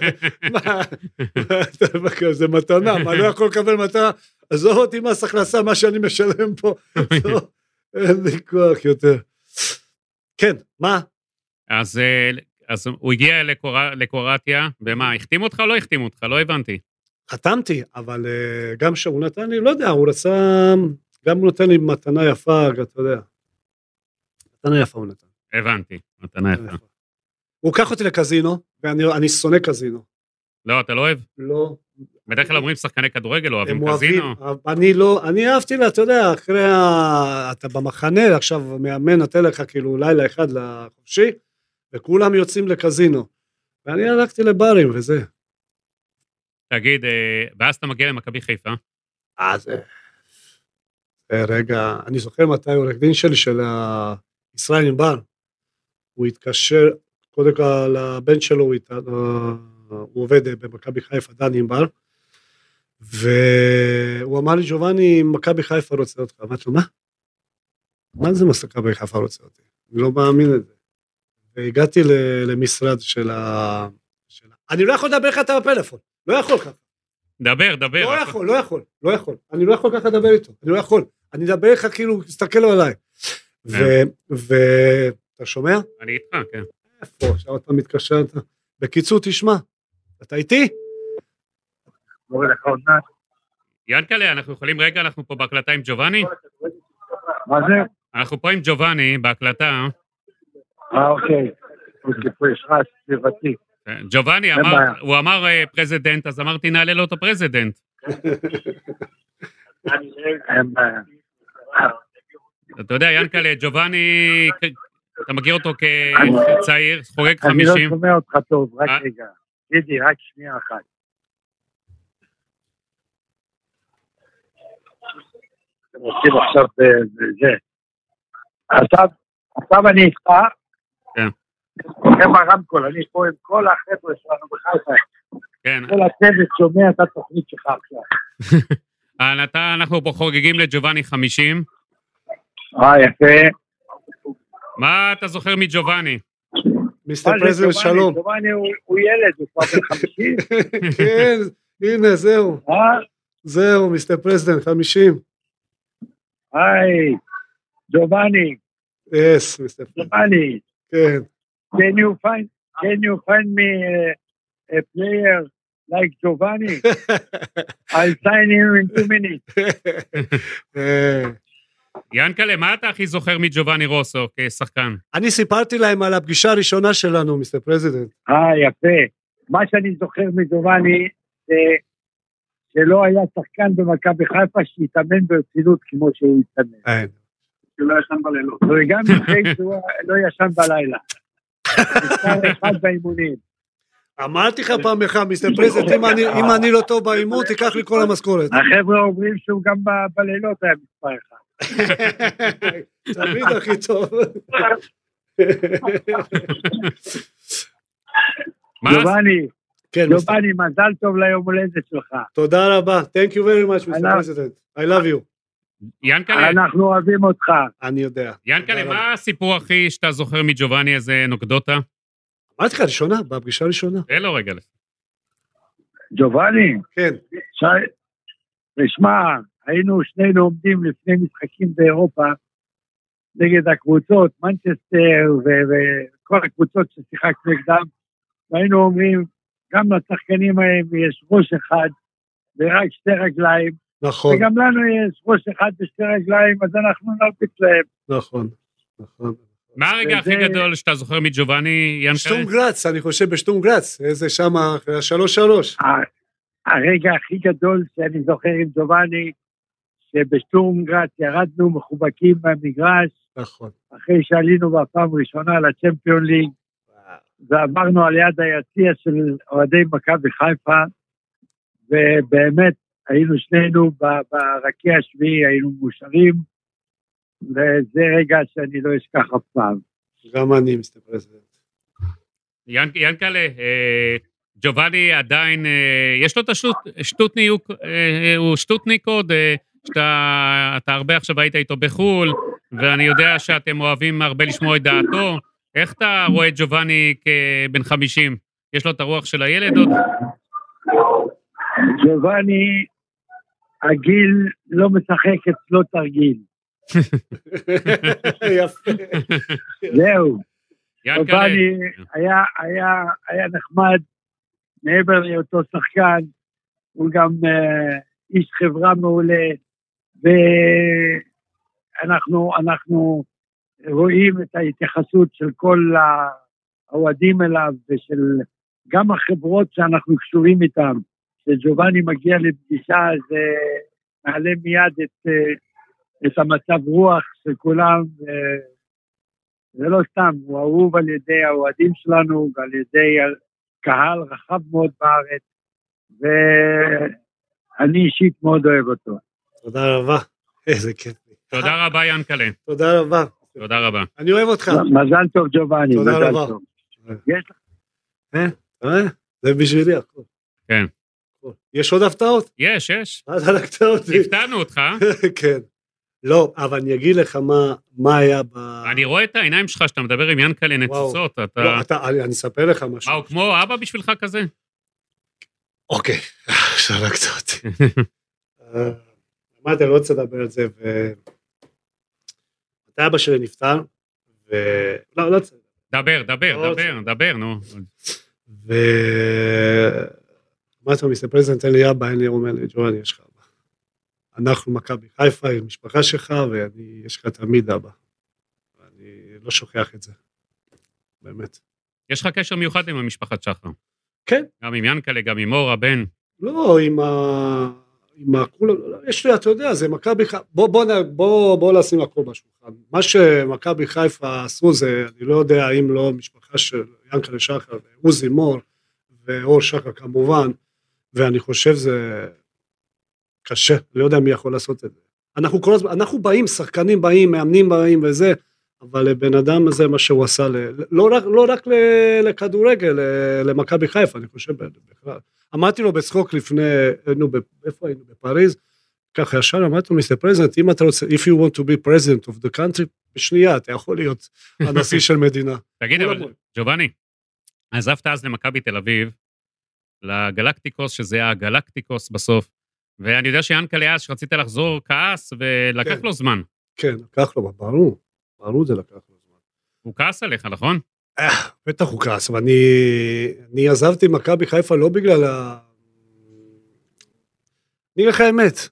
Speaker 3: זה מתנה, מה לא יכול לקבל מתנה? עזוב אותי מס הכנסה, מה שאני משלם פה, אין לי כוח יותר. כן, מה?
Speaker 2: אז הוא הגיע לקרואטיה, ומה, החתים אותך או לא החתים אותך? לא הבנתי.
Speaker 3: חתמתי, אבל גם שהוא נתן לי, לא יודע, הוא רצה, גם הוא נתן לי מתנה יפה, אתה יודע. מתנה יפה הוא נתן.
Speaker 2: הבנתי, מתנה יפה.
Speaker 3: הוא קח אותי לקזינו, ואני שונא קזינו.
Speaker 2: לא, אתה לא אוהב?
Speaker 3: לא.
Speaker 2: בדרך כלל אומרים שחקני כדורגל, אוהבים קזינו.
Speaker 3: אני אהבתי לה, אתה יודע, אחרי, אתה במחנה, עכשיו מאמן נתן לך כאילו לילה אחד לחופשי, וכולם יוצאים לקזינו. ואני הלכתי לברים וזה.
Speaker 2: תגיד, ואז אתה מגיע למכבי חיפה?
Speaker 3: זה רגע, אני זוכר מתי עורך דין שלי של ישראל ענבר, הוא התקשר, קודם כל הבן שלו, הוא עובד במכבי חיפה, דני ענבר, והוא אמר לי, ג'ובאני, מכבי חיפה רוצה אותך. אמרתי לו, מה? מה זה מכבי חיפה רוצה אותי? אני לא מאמין את זה. והגעתי למשרד של אני לא יכול לדבר לך אתה בפלאפון, לא יכול ככה.
Speaker 2: דבר.
Speaker 3: לא יכול. אני לא יכול ככה לדבר איתו, אני לא יכול. אני אדבר לך כאילו, תסתכל לו עליי. ואתה שומע?
Speaker 2: אני איתך, כן.
Speaker 3: איפה, עכשיו אתה מתקשר, בקיצור תשמע, אתה איתי?
Speaker 2: ינקלה, אנחנו יכולים רגע, אנחנו פה בהקלטה עם ג'ובאני?
Speaker 6: מה זה?
Speaker 2: אנחנו פה עם ג'ובאני בהקלטה.
Speaker 6: אוקיי, יש רעש סביבתי.
Speaker 2: ג'ובאני, הוא אמר פרזידנט, אז אמרתי נעלה לו את הפרזידנט. אתה יודע, ינקלה, ג'ובאני, אתה מכיר אותו כצעיר, חוגג 50.
Speaker 6: אני לא שומע אותך טוב, רק רגע. גידי, רק שנייה אחת. אתם עושים עכשיו זה. עכשיו אני איתך. כן. גם הרמקול, אני פה עם כל החבר'ה שלנו בחיפה.
Speaker 2: כן.
Speaker 6: כל הצוות שומע את התוכנית שלך עכשיו.
Speaker 2: אנחנו פה חוגגים לג'ובאני 50.
Speaker 6: יפה.
Speaker 2: מה אתה זוכר מג'ובאני?
Speaker 3: מיסטר פרזידנט, שלום.
Speaker 6: ג'ובאני הוא ילד, הוא כבר בן 50.
Speaker 3: כן, הנה, זהו. זהו, מיסטר פרזידנט, 50.
Speaker 6: היי, ג'ובאני.
Speaker 3: Yes, Mr.
Speaker 6: Giovanni.
Speaker 3: כן.
Speaker 6: Can you find me a player like Giovanni? I'll sign him in 2 minutes.
Speaker 2: ינקלה, מה אתה הכי זוכר מג'ובאני רוסו כשחקן?
Speaker 3: אני סיפרתי להם על הפגישה הראשונה שלנו, מיסטר פרזידנט.
Speaker 6: יפה. מה שאני זוכר מג'ובאני, זה שלא היה שחקן במכבי חיפה שהתאמן ברצינות כמו שהוא התאמן. שהוא לא ישן בלילות. וגם אחרי שהוא לא ישן בלילה. מספר אחד באימונים.
Speaker 3: אמרתי לך פעם אחד, מיסטר פרזידנט, אם אני לא טוב באימון, תיקח לי כל המשכורת.
Speaker 6: החבר'ה אומרים שהוא גם בלילות היה מספר אחד.
Speaker 3: תמיד הכי טוב.
Speaker 6: ג'ובאני, מזל טוב ליום הולדת שלך.
Speaker 3: תודה רבה. Thank you very much, Mr. President. I love you.
Speaker 2: ינקלה.
Speaker 6: אנחנו אוהבים אותך.
Speaker 3: אני יודע.
Speaker 2: ינקלה, מה הסיפור הכי שאתה זוכר מג'ובאני, איזה אנקדוטה?
Speaker 3: אמרתי לך, ראשונה, בפגישה הראשונה.
Speaker 2: לא רגע.
Speaker 6: ג'ובאני.
Speaker 3: כן.
Speaker 6: תשמע, היינו שנינו עומדים לפני משחקים באירופה, נגד הקבוצות, מנצ'סטר וכל הקבוצות ששיחקנו נגדם, והיינו אומרים, גם לשחקנים האלה יש ראש אחד ורק שתי רגליים,
Speaker 3: נכון.
Speaker 6: וגם לנו יש ראש אחד ושתי רגליים, אז אנחנו נרביץ להם.
Speaker 3: נכון, נכון.
Speaker 2: מה הרגע הכי גדול שאתה זוכר מג'ובאני, ינקלה?
Speaker 3: שטונגרץ, אני חושב בשטונגרץ, איזה שמה 3-3.
Speaker 6: הרגע הכי גדול שאני זוכר עם ג'ובאני, שבשטונגרץ ירדנו מחובקים מהמגרש,
Speaker 3: נכון.
Speaker 6: אחרי שעלינו בפעם ראשונה לצ'מפיון ליג, ועברנו על יד היציע של אוהדי מכבי חיפה, ובאמת היינו שנינו ברקיע השביעי, היינו מאושרים, וזה רגע שאני לא אשכח אף פעם.
Speaker 3: גם אני מסתבר זה.
Speaker 2: ינקלה, ג'ובאני עדיין, יש לו את השטוטניק, הוא שטוטניק עוד, שאתה הרבה עכשיו היית איתו בחול, ואני יודע שאתם אוהבים הרבה לשמוע את דעתו. איך אתה רואה את ג'ובאני כבן 50? יש לו את הרוח של הילד עוד?
Speaker 6: ג'ובאני, הגיל לא משחק אצלו תרגיל.
Speaker 3: יפה.
Speaker 6: זהו. ג'ובאני היה נחמד, מעבר לאותו שחקן, הוא גם איש חברה מעולה, ואנחנו רואים את ההתייחסות של כל האוהדים אליו, ושל גם החברות שאנחנו קשורים איתם, שג'ובאני מגיע לפגישה, זה מעלה מיד את המצב רוח של כולם, זה לא סתם, הוא אהוב על ידי האוהדים שלנו, ועל ידי קהל רחב מאוד בארץ, ואני אישית מאוד אוהב אותו.
Speaker 3: תודה רבה, איזה כיף.
Speaker 2: תודה רבה ינקלה.
Speaker 3: תודה רבה.
Speaker 2: תודה רבה.
Speaker 3: אני אוהב אותך.
Speaker 6: מזל טוב ג'ובאני.
Speaker 3: תודה רבה.
Speaker 6: יש לך?
Speaker 3: זה בשבילי הכל.
Speaker 2: כן.
Speaker 3: יש עוד הפתעות?
Speaker 2: יש.
Speaker 3: אז הלקת אותי.
Speaker 2: הפתענו אותך.
Speaker 3: כן. לא, אבל אני אגיד לך מה היה
Speaker 2: אני רואה את העיניים שלך שאתה מדבר עם ינקלה נצוצות.
Speaker 3: אני אספר לך משהו.
Speaker 2: הוא כמו אבא בשבילך כזה?
Speaker 3: אוקיי, שלקת אותי. אמרתי, אני לא רוצה לדבר על זה, מתי אבא שלי נפטר, לא רוצה.
Speaker 2: דבר, נו.
Speaker 3: אמרתי לו, מיסטר פרזידנט, אין לי אבא, אין לי, אומר לי, ג'ובאני, יש לך אבא. אנחנו מכבי חיפה, עם משפחה שלך, ויש לך תמיד אבא. אני לא שוכח את זה. באמת.
Speaker 2: יש לך קשר מיוחד עם המשפחת שחר?
Speaker 3: כן.
Speaker 2: גם עם ינקלה, גם עם אור, הבן?
Speaker 3: לא, יש לי, אתה יודע, זה מכבי חיפה, בוא נשים הכל בשולחן. מה שמכבי חיפה עשו זה, אני לא יודע אם לא משפחה של ינקלה שחר, עוזי מור, ואור שחר כמובן, ואני חושב זה קשה, אני לא יודע מי יכול לעשות את זה. אנחנו באים, שחקנים באים, מאמנים באים וזה, אבל לבן אדם הזה מה שהוא עשה, לא רק לכדורגל, למכבי חיפה, אני חושב בכלל. אמרתי לו בצחוק לפני, איפה היינו? בפריז, ככה ישר אמרתי לו, מיסטר פרזידנט, אם אתה רוצה, if you want to be president of the country, בשנייה, אתה יכול להיות הנשיא של מדינה.
Speaker 2: תגיד, אבל ג'ובאני, עזבת אז למכבי תל אביב, לגלקטיקוס, שזה הגלקטיקוס בסוף, ואני יודע שיאנקלה אז שרצית לחזור כעס, ולקח לו זמן.
Speaker 3: כן, לקח לו, ברור זה לקח לו זמן.
Speaker 2: הוא כעס עליך, נכון?
Speaker 3: בטח הוא כעס, אבל אני עזבתי מכבי חיפה לא בגלל אני אגיד לך האמת,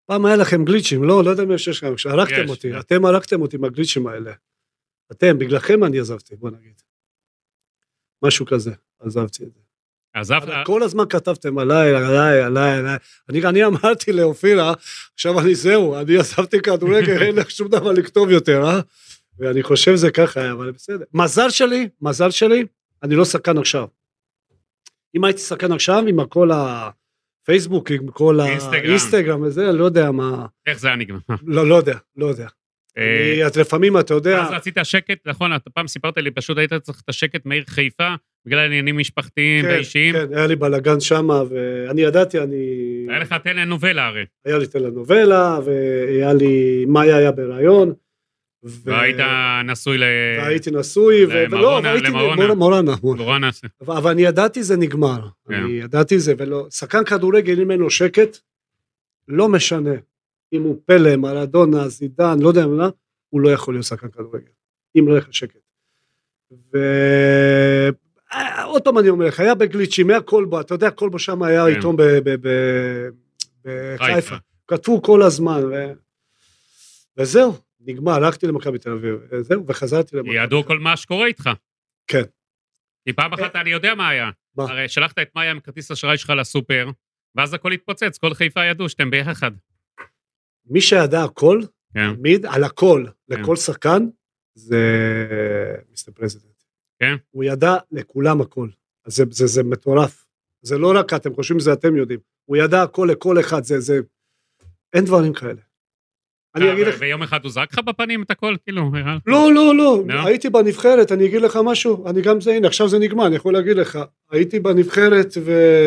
Speaker 3: פעם היה לכם גליצ'ים, לא יודע מי שיש לכם, כשהרגתם אותי, אתם הרגתם אותי עם הגליצ'ים האלה. אתם, בגללכם אני עזבתי, בוא נגיד. משהו כזה, עזבתי את זה. כל הזמן כתבתם עליי. אני אמרתי לאופירה, עכשיו אני עזבתי כדורגל, אין לך שום דבר לכתוב יותר, ואני חושב זה ככה, אבל בסדר. מזל שלי, אני לא שחקן עכשיו. אם הייתי שחקן עכשיו, עם כל הפייסבוק, עם כל האינסטגרם וזה, אני לא יודע מה...
Speaker 2: איך זה היה נגמר?
Speaker 3: לא יודע. לפעמים אתה יודע...
Speaker 2: אז רצית שקט, נכון, פעם סיפרת לי, פשוט היית צריך את השקט מעיר חיפה, בגלל עניינים משפחתיים ואישיים.
Speaker 3: כן, היה לי בלגן שם, ואני ידעתי,
Speaker 2: היה לך טלנובלה הרי.
Speaker 3: היה לי טלנובלה, והיה לי... מאיה היה ברעיון.
Speaker 2: והיית נשוי
Speaker 3: והייתי נשוי, למורנה. אבל אני ידעתי זה נגמר. אני ידעתי זה, ולא... שחקן כדורגל, אם אין לו שקט, לא משנה. אם הוא פלא, מרדונה, זידן, לא יודע מה, הוא לא יכול להיות שחקן כדורגל. אם לא יהיה שקט. עוד פעם אני אומר לך, היה בגליצ'ים, היה קולבו, אתה יודע, קולבו שם היה עיתון בחיפה. כתבו כל הזמן, וזהו, נגמר, הלכתי למכבי תל אביב, זהו, וחזרתי למכבי.
Speaker 2: ידעו כל מה שקורה איתך.
Speaker 3: כן.
Speaker 2: כי פעם אחת אני יודע מה היה. הרי שלחת את מאיה עם כרטיס אשראי שלך לסופר, ואז הכל התפוצץ, כל חיפה ידעו שאתם ביחד.
Speaker 3: מי שידע הכל, תמיד על הכל, לכל שחקן, זה מיסטר פרזידנט.
Speaker 2: כן.
Speaker 3: הוא ידע לכולם הכל. אז זה מטורף. זה לא רק אתם חושבים שזה אתם יודעים. הוא ידע הכל לכל אחד, זה... אין דברים כאלה. אני אגיד לך...
Speaker 2: ויום אחד הוא זרק לך בפנים את הכל, כאילו?
Speaker 3: לא. הייתי בנבחרת, אני אגיד לך משהו, אני גם זה, הנה, עכשיו זה נגמר, אני יכול להגיד לך. הייתי בנבחרת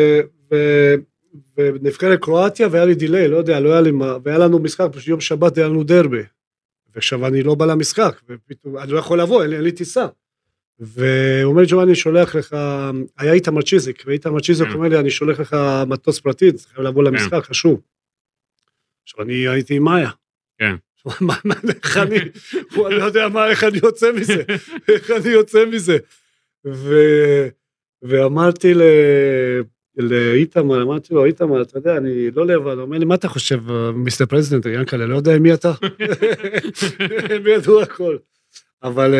Speaker 3: ונבחרת קרואטיה, והיה לי דילי, לא יודע, לא היה לי מה, והיה לנו משחק, יום שבת היה לנו דרבי. ועכשיו אני לא בא למשחק, ופתאום, אני לא יכול לבוא, אין לי טיסה. והוא אומר, ג'ובאני, שולח לך, היה איתמר צ'יזיק, ואיתמר צ'יזיק אומר לי, אני שולח לך מטוס פרטי, צריך לבוא למשחק, חשוב. עכשיו אני הייתי עם מאיה.
Speaker 2: כן.
Speaker 3: איך אני לא יודע איך אני יוצא מזה, ואמרתי לאיתמר, אמרתי לו, איתמר, אתה יודע, אני לא לבד, הוא אומר לי, מה אתה חושב, מיסטר פרזידנט, ינקלה, לא יודע מי אתה? הם ידעו הכל. אבל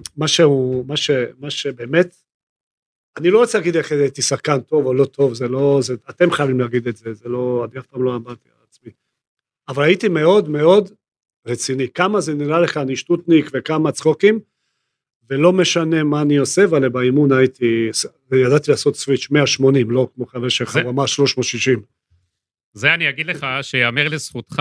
Speaker 3: מה שבאמת, אני לא רוצה להגיד איך הייתי שחקן טוב או לא טוב, זה לא, אתם חייבים להגיד את זה, זה לא, אני אף פעם לא אמרתי על עצמי. אבל הייתי מאוד מאוד רציני, כמה זה נראה לך אני שטוטניק וכמה צחוקים, ולא משנה מה אני עושה, אבל באימון ידעתי לעשות סוויץ' 180, לא כמו חבר שלך, הוא אמר 360.
Speaker 2: זה אני אגיד לך, שיאמר לזכותך,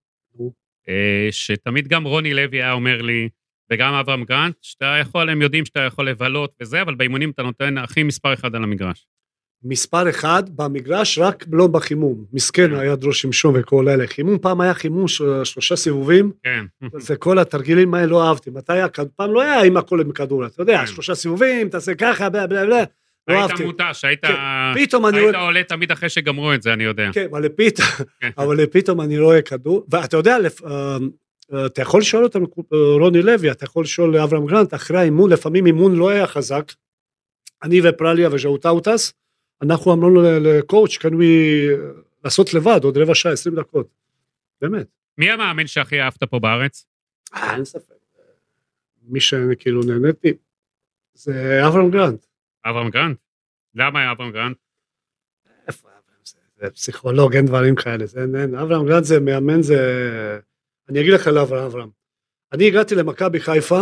Speaker 2: שתמיד גם רוני לוי היה אומר לי, וגם אברהם גרנט, שאתה יכול, הם יודעים שאתה יכול לבלות וזה, אבל באימונים אתה נותן הכי מספר אחד על המגרש.
Speaker 3: מספר אחד במגרש, רק לא בחימום. מסכן, היה דרוש שמשון וכל אלה. חימום, פעם היה חימום 3 סיבובים.
Speaker 2: כן.
Speaker 3: זה כל התרגילים האלה לא אהבתי. פעם לא היה עם הכל עם כדור. אתה יודע, 3 סיבובים, תעשה ככה, בלה בלה בלה. לא אהבתי.
Speaker 2: היית מוטש, היית עולה תמיד אחרי שגמרו את זה, אני יודע.
Speaker 3: כן, אבל פתאום אני רואה כדור. ואתה יודע, אתה יכול לשאול אותם, רוני לוי, אתה יכול לשאול אברהם גרנט, אחרי האימון, לפעמים אימון לא היה חזק. אני ופרליה וז'אוטאוטס, אנחנו אמרנו לקואוץ', כאן לעשות לבד, עוד רבע שעה, 20 דקות. באמת.
Speaker 2: מי המאמן שהכי אהבת פה בארץ?
Speaker 3: אין ספק. מי שכאילו נהניתי, זה אברהם גרנט.
Speaker 2: אברהם גרנט? למה היה אברהם גרנט?
Speaker 3: איפה אברהם? זה פסיכולוג, אין דברים כאלה. אברהם גרנט זה מאמן, אני אגיד לך לאברהם. אני הגעתי למכבי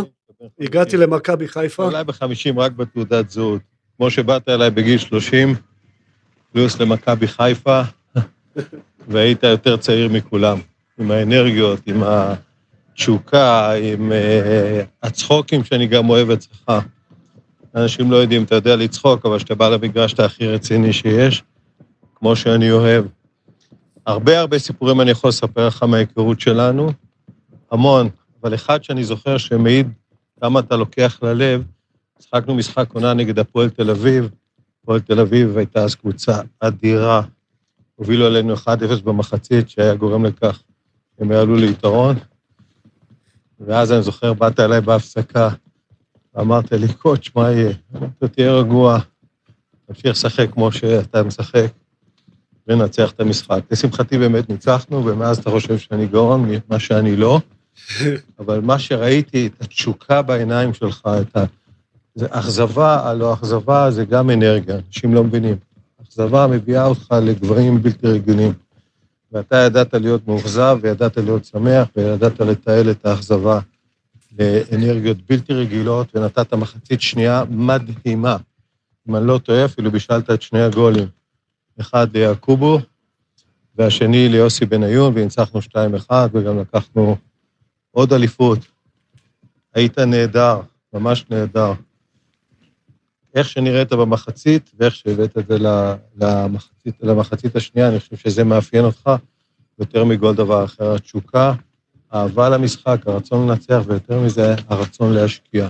Speaker 3: חיפה.
Speaker 7: אולי ב-50 רק בתעודת זהות. כמו שבאת אליי בגיל 30, פלוס למכבי חיפה, והיית יותר צעיר מכולם, עם האנרגיות, עם התשוקה, עם הצחוקים שאני גם אוהב אצלך. אנשים לא יודעים, אתה יודע לצחוק, אבל כשאתה בא למגרש אתה הכי רציני שיש, כמו שאני אוהב. הרבה סיפורים אני יכול לספר לך מההיכרות שלנו, המון, אבל אחד שאני זוכר שמעיד כמה אתה לוקח ללב, שחקנו משחק עונה נגד הפועל תל אביב, הפועל תל אביב הייתה אז קבוצה אדירה, הובילו עלינו 1-0 במחצית, שהיה גורם לכך הם יעלו ליתרון, ואז אני זוכר, באת אליי בהפסקה, ואמרת לי, קוץ', מה יהיה? אמרת, תהיה רגוע, תמשיך לשחק כמו שאתה משחק. ונצח את המשחק. לשמחתי באמת ניצחנו, ומאז אתה חושב שאני גאון, מה שאני לא, אבל מה שראיתי, את התשוקה בעיניים שלך, זה אכזבה, הלא אכזבה זה גם אנרגיה, אנשים לא מבינים. אכזבה מביאה אותך לגברים בלתי רגילים, ואתה ידעת להיות מאוכזב, וידעת להיות שמח, וידעת לתעל את האכזבה לאנרגיות בלתי רגילות, ונתת מחצית שנייה מדהימה. אם אני לא טועה, אפילו בישלת את שני הגולים. אחד ליעקובו, והשני ליוסי בניון, וניצחנו 2-1, וגם לקחנו עוד אליפות. היית נהדר, ממש נהדר. איך שנראית במחצית, ואיך שהבאת את זה למחצית השנייה, אני חושב שזה מאפיין אותך יותר מכל דבר אחר. התשוקה, האהבה למשחק, הרצון לנצח, ויותר מזה, הרצון להשקיע.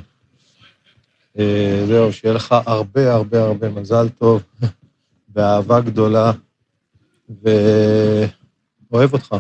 Speaker 7: זהו, שיהיה לך הרבה הרבה הרבה מזל טוב, באהבה גדולה, ואוהב אותך.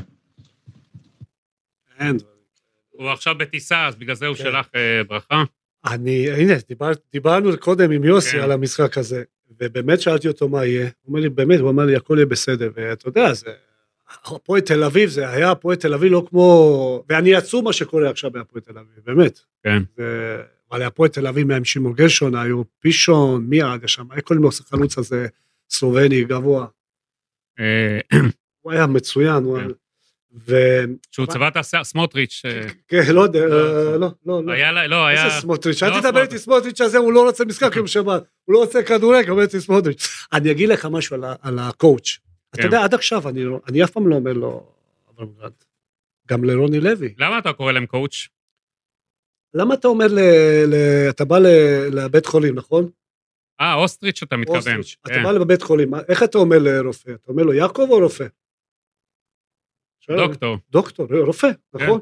Speaker 2: הוא עכשיו בטיסה, אז בגלל זה הוא שלח ברכה.
Speaker 3: הנה, דיברנו קודם עם יוסי על המשחק הזה, ובאמת שאלתי אותו מה יהיה, הוא אמר לי, הכל יהיה בסדר, ואתה יודע, הפועל תל אביב, זה היה הפועל תל אביב לא כמו, ואני עצוב מה שקורה עכשיו בהפועל תל אביב, באמת.
Speaker 2: כן.
Speaker 3: אבל הפועל תל אביב מהם שמעון גרשון, היו פישון, מי עד שם, היה כל מיני חלוץ הזה, סלובני, גבוה. הוא היה מצוין,
Speaker 2: שהוא צבע את סמוטריץ'.
Speaker 3: כן, לא יודע, לא.
Speaker 2: היה...
Speaker 3: איזה סמוטריץ'? אל תדבר איתי סמוטריץ' הזה, הוא לא רוצה משחק עם שבת, הוא לא רוצה כדורגל, אומר איתי סמוטריץ'. אני אגיד לך משהו על הקואוץ'. אתה יודע, עד עכשיו, אני אף פעם לא אומר לו, גם לרוני לוי.
Speaker 2: למה אתה קורא להם קואוץ'?
Speaker 3: למה אתה אומר, אתה בא לבית חולים, נכון?
Speaker 2: אוסטריץ' אתה מתכוון.
Speaker 3: אוסטריץ', אתה בא לבית חולים, איך אתה אומר לרופא? אתה אומר לו יעקב או רופא? דוקטור, רופא, נכון?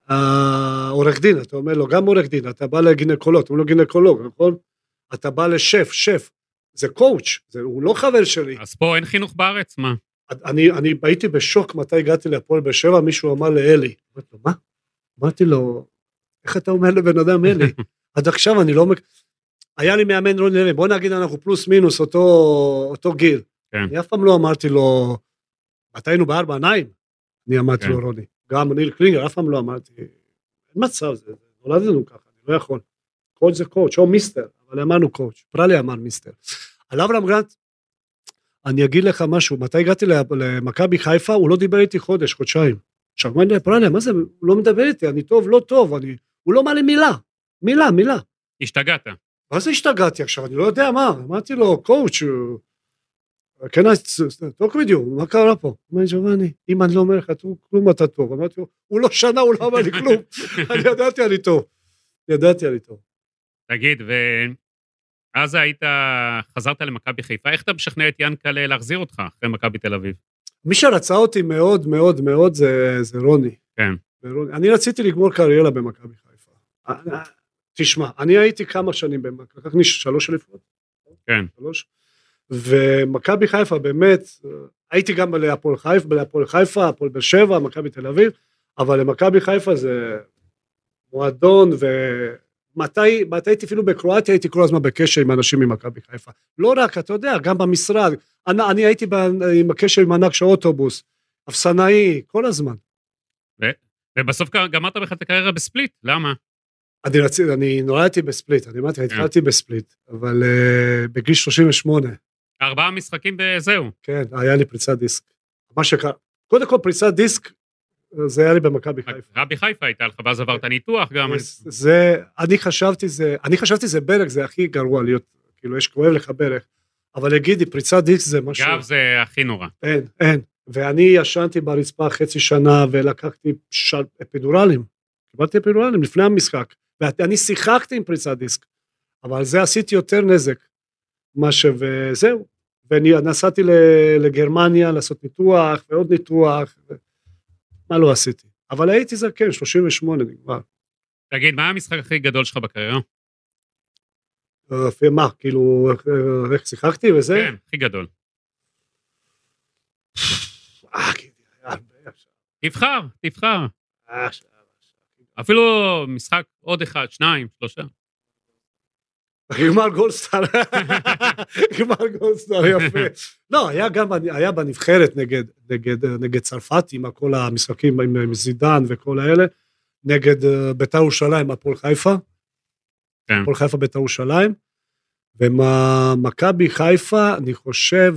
Speaker 3: עורך דין, אתה אומר לו, גם עורך דין, אתה בא לגינקולוג, אתה אומר לו גינקולוג, נכון? אתה בא לשף, זה קואוץ', הוא לא חבר שלי.
Speaker 2: אז פה אין חינוך בארץ, מה?
Speaker 3: אני הייתי בשוק מתי הגעתי להפועל באר שבע, מישהו אמר לאלי, מה? אמרתי לו, איך אתה אומר לבן אדם אלי? עד עכשיו אני לא... היה לי מאמן רוני לוי, בוא נגיד אנחנו פלוס מינוס אותו גיל. אני אף פעם לא אמרתי לו, מתי היינו בארבע עיניים? אני אמרתי לו רוני, גם ניל קלינגר, אף פעם לא אמרתי, אין מצב, זה נולדנו ככה, אני לא יכול. קואוץ' זה קואוץ', או מיסטר, אבל אמרנו קואוץ', פרלי אמר מיסטר. על אברהם גרנט, אני אגיד לך משהו, מתי הגעתי למכבי חיפה, הוא לא דיבר איתי חודשיים. עכשיו, פרלי, מה זה, הוא לא מדבר איתי, אני טוב, לא טוב, הוא לא אמר לי מילה.
Speaker 2: השתגעת.
Speaker 3: מה זה השתגעתי עכשיו, אני לא יודע מה, אמרתי לו, קואוץ', כן, talk with you, מה קרה פה? אמר לי, ג'ובאני, אם אני לא אומר לך, כלום אתה טוב. אמרתי לו, הוא לא שנה, הוא לא אמר לי כלום. אני ידעתי אני טוב.
Speaker 2: תגיד, ואז חזרת למכבי חיפה, איך אתה משכנע את ינקלה להחזיר אותך אחרי מכבי תל אביב?
Speaker 3: מי שרצה אותי מאוד מאוד מאוד זה רוני.
Speaker 2: כן.
Speaker 3: אני רציתי לגמור קריירה במכבי חיפה. תשמע, אני הייתי כמה שנים במכבי, לקחני 3 אליפויות.
Speaker 2: כן.
Speaker 3: 3. ומכבי חיפה באמת, הייתי גם בהפועל חיפה, הפועל באר שבע, מכבי תל אביב, אבל למכבי חיפה זה מועדון, ומתי הייתי אפילו בקרואטיה, הייתי כל הזמן בקשר עם אנשים ממכבי חיפה. לא רק, אתה יודע, גם במשרד, אני הייתי עם הקשר עם ענק של אוטובוס, אפסנאי, כל הזמן.
Speaker 2: ובסוף גמרת בכלל את הקריירה בספליט, למה?
Speaker 3: אני נולדתי בספליט, אני אמרתי, התחלתי בספליט, אבל בגיל 38.
Speaker 2: 4 משחקים וזהו.
Speaker 3: כן, היה לי פריצת דיסק. מה שקרה, קודם כל פריצת דיסק, זה היה לי במכבי חיפה.
Speaker 2: מכבי חיפה הייתה לך, ואז עברת ניתוח גם.
Speaker 3: אני חשבתי זה ברך, זה הכי גרוע להיות, כאילו יש כואב לך ברך, אבל הגידי, פריצת דיסק זה משהו.
Speaker 2: גב זה הכי נורא.
Speaker 3: אין. ואני ישנתי ברצפה חצי שנה, ולקחתי אפידורלים. קיבלתי אפידורלים לפני המשחק. ואני שיחקתי עם פריצת דיסק, אבל זה עשיתי יותר נזק, וזהו, ונסעתי לגרמניה לעשות ניתוח, ועוד ניתוח, מה לא עשיתי, אבל הייתי זקן, 38 נגמר.
Speaker 2: תגיד, מה המשחק הכי גדול שלך בקריירה?
Speaker 3: מה, כאילו, איך שיחקתי וזה?
Speaker 2: כן, הכי גדול. תבחר. אפילו משחק עוד 1, 2, 3.
Speaker 3: גמר גולדסטאר, גמר גולדסטאר, יפה. לא, היה בנבחרת נגד צרפת, עם כל המשחקים עם זידן וכל האלה, נגד בית"ר ירושלים, הפועל חיפה, הפועל חיפה בית"ר ירושלים, ומכבי חיפה, אני חושב,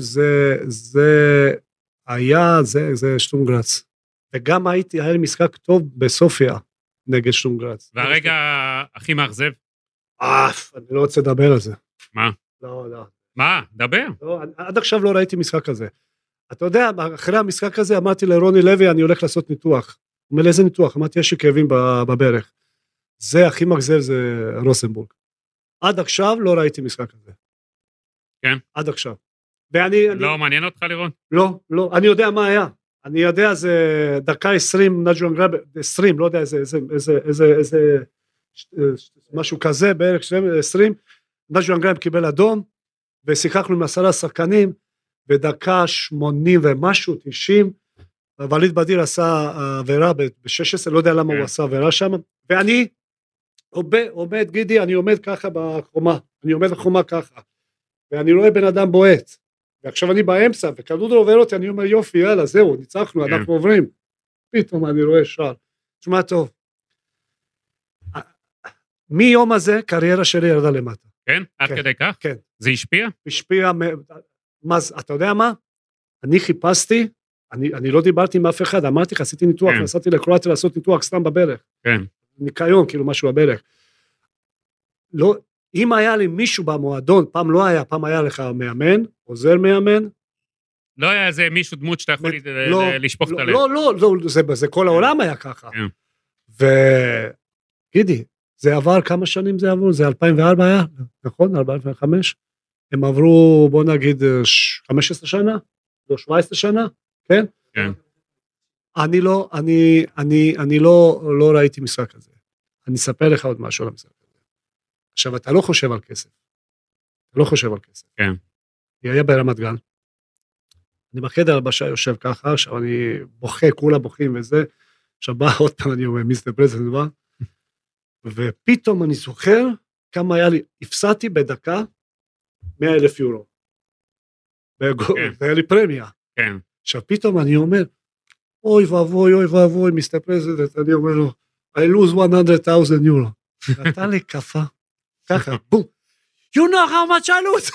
Speaker 3: זה שטרום-גראץ. וגם היה לי משחק טוב בסופיה, נגד שטרום-גראץ.
Speaker 2: והרגע הכי מאכזב?
Speaker 3: אני לא רוצה לדבר על זה.
Speaker 2: מה?
Speaker 3: לא.
Speaker 2: מה? דבר.
Speaker 3: לא, עד עכשיו לא ראיתי משחק כזה. אתה יודע, אחרי המשחק הזה אמרתי לרוני לוי, אני הולך לעשות ניתוח. הוא אומר, איזה ניתוח? אמרתי, יש לי כאבים בברך. זה הכי מאכזב, זה רוסנבורג. עד עכשיו לא ראיתי משחק כזה.
Speaker 2: כן?
Speaker 3: עד עכשיו.
Speaker 2: לא מעניין אותך לראות?
Speaker 3: לא, אני יודע מה היה. אני יודע, זה דקה 20, נג'ואן גרב, 20, לא יודע איזה, משהו כזה, בערך 20, נג'ואן גרב קיבל אדום, ושיחקנו עם 10 שחקנים, בדקה 80 ומשהו, 90, וליד בדיר עשה עבירה ב-16, לא יודע למה הוא עשה עבירה שם, ואני עומד, גידי, אני עומד ככה בחומה, אני עומד בחומה ככה, ואני רואה בן אדם בועט, ועכשיו אני באמצע, וכדור עובר אותי, אני אומר, יופי, יאללה, זהו, ניצחנו, אנחנו עוברים. פתאום אני רואה שער. תשמע טוב. מיום הזה, קריירה שלי ירדה למטה.
Speaker 2: כן? עד כדי כך?
Speaker 3: כן.
Speaker 2: זה השפיע?
Speaker 3: השפיע, אתה יודע מה? אני חיפשתי, אני לא דיברתי עם אף אחד, אמרתי לך, עשיתי ניתוח, נסעתי לקרואטיה לעשות ניתוח סתם בברך.
Speaker 2: כן.
Speaker 3: ניקיון, כאילו משהו בברך. לא, אם היה לי מישהו במועדון, פעם לא היה, פעם היה לך מאמן, עוזר מאמן.
Speaker 2: לא היה איזה מישהו דמות שאתה יכול לשפוך את הלב.
Speaker 3: לא, זה כל העולם היה ככה. וגידי, זה עבר, כמה שנים זה עבור? זה 2004 היה, נכון? 2005? הם עברו, בוא נגיד, 15 שנה? לא 17 שנה? כן?
Speaker 2: כן.
Speaker 3: אני לא ראיתי משחק כזה. אני אספר לך עוד משהו על המשחק הזה. עכשיו, אתה לא חושב על כסף. אתה לא חושב על כסף.
Speaker 2: כן.
Speaker 3: אני היה ברמת גן. אני בחדר הלבשה יושב ככה, עכשיו אני בוכה, כולה בוכים וזה. עכשיו בא עוד פעם, אני אומר, מיסטר פרזנט בא. ופתאום אני זוכר כמה היה לי, הפסעתי בדקה 100,000 יורו. והיה לי פרמיה.
Speaker 2: כן.
Speaker 3: עכשיו פתאום אני אומר, אוי ואבוי, מיסטר פרזנט, אני אומר לו, I lose 100,000 יורו. נתן לי כפה, ככה, בום, you know how much I lose.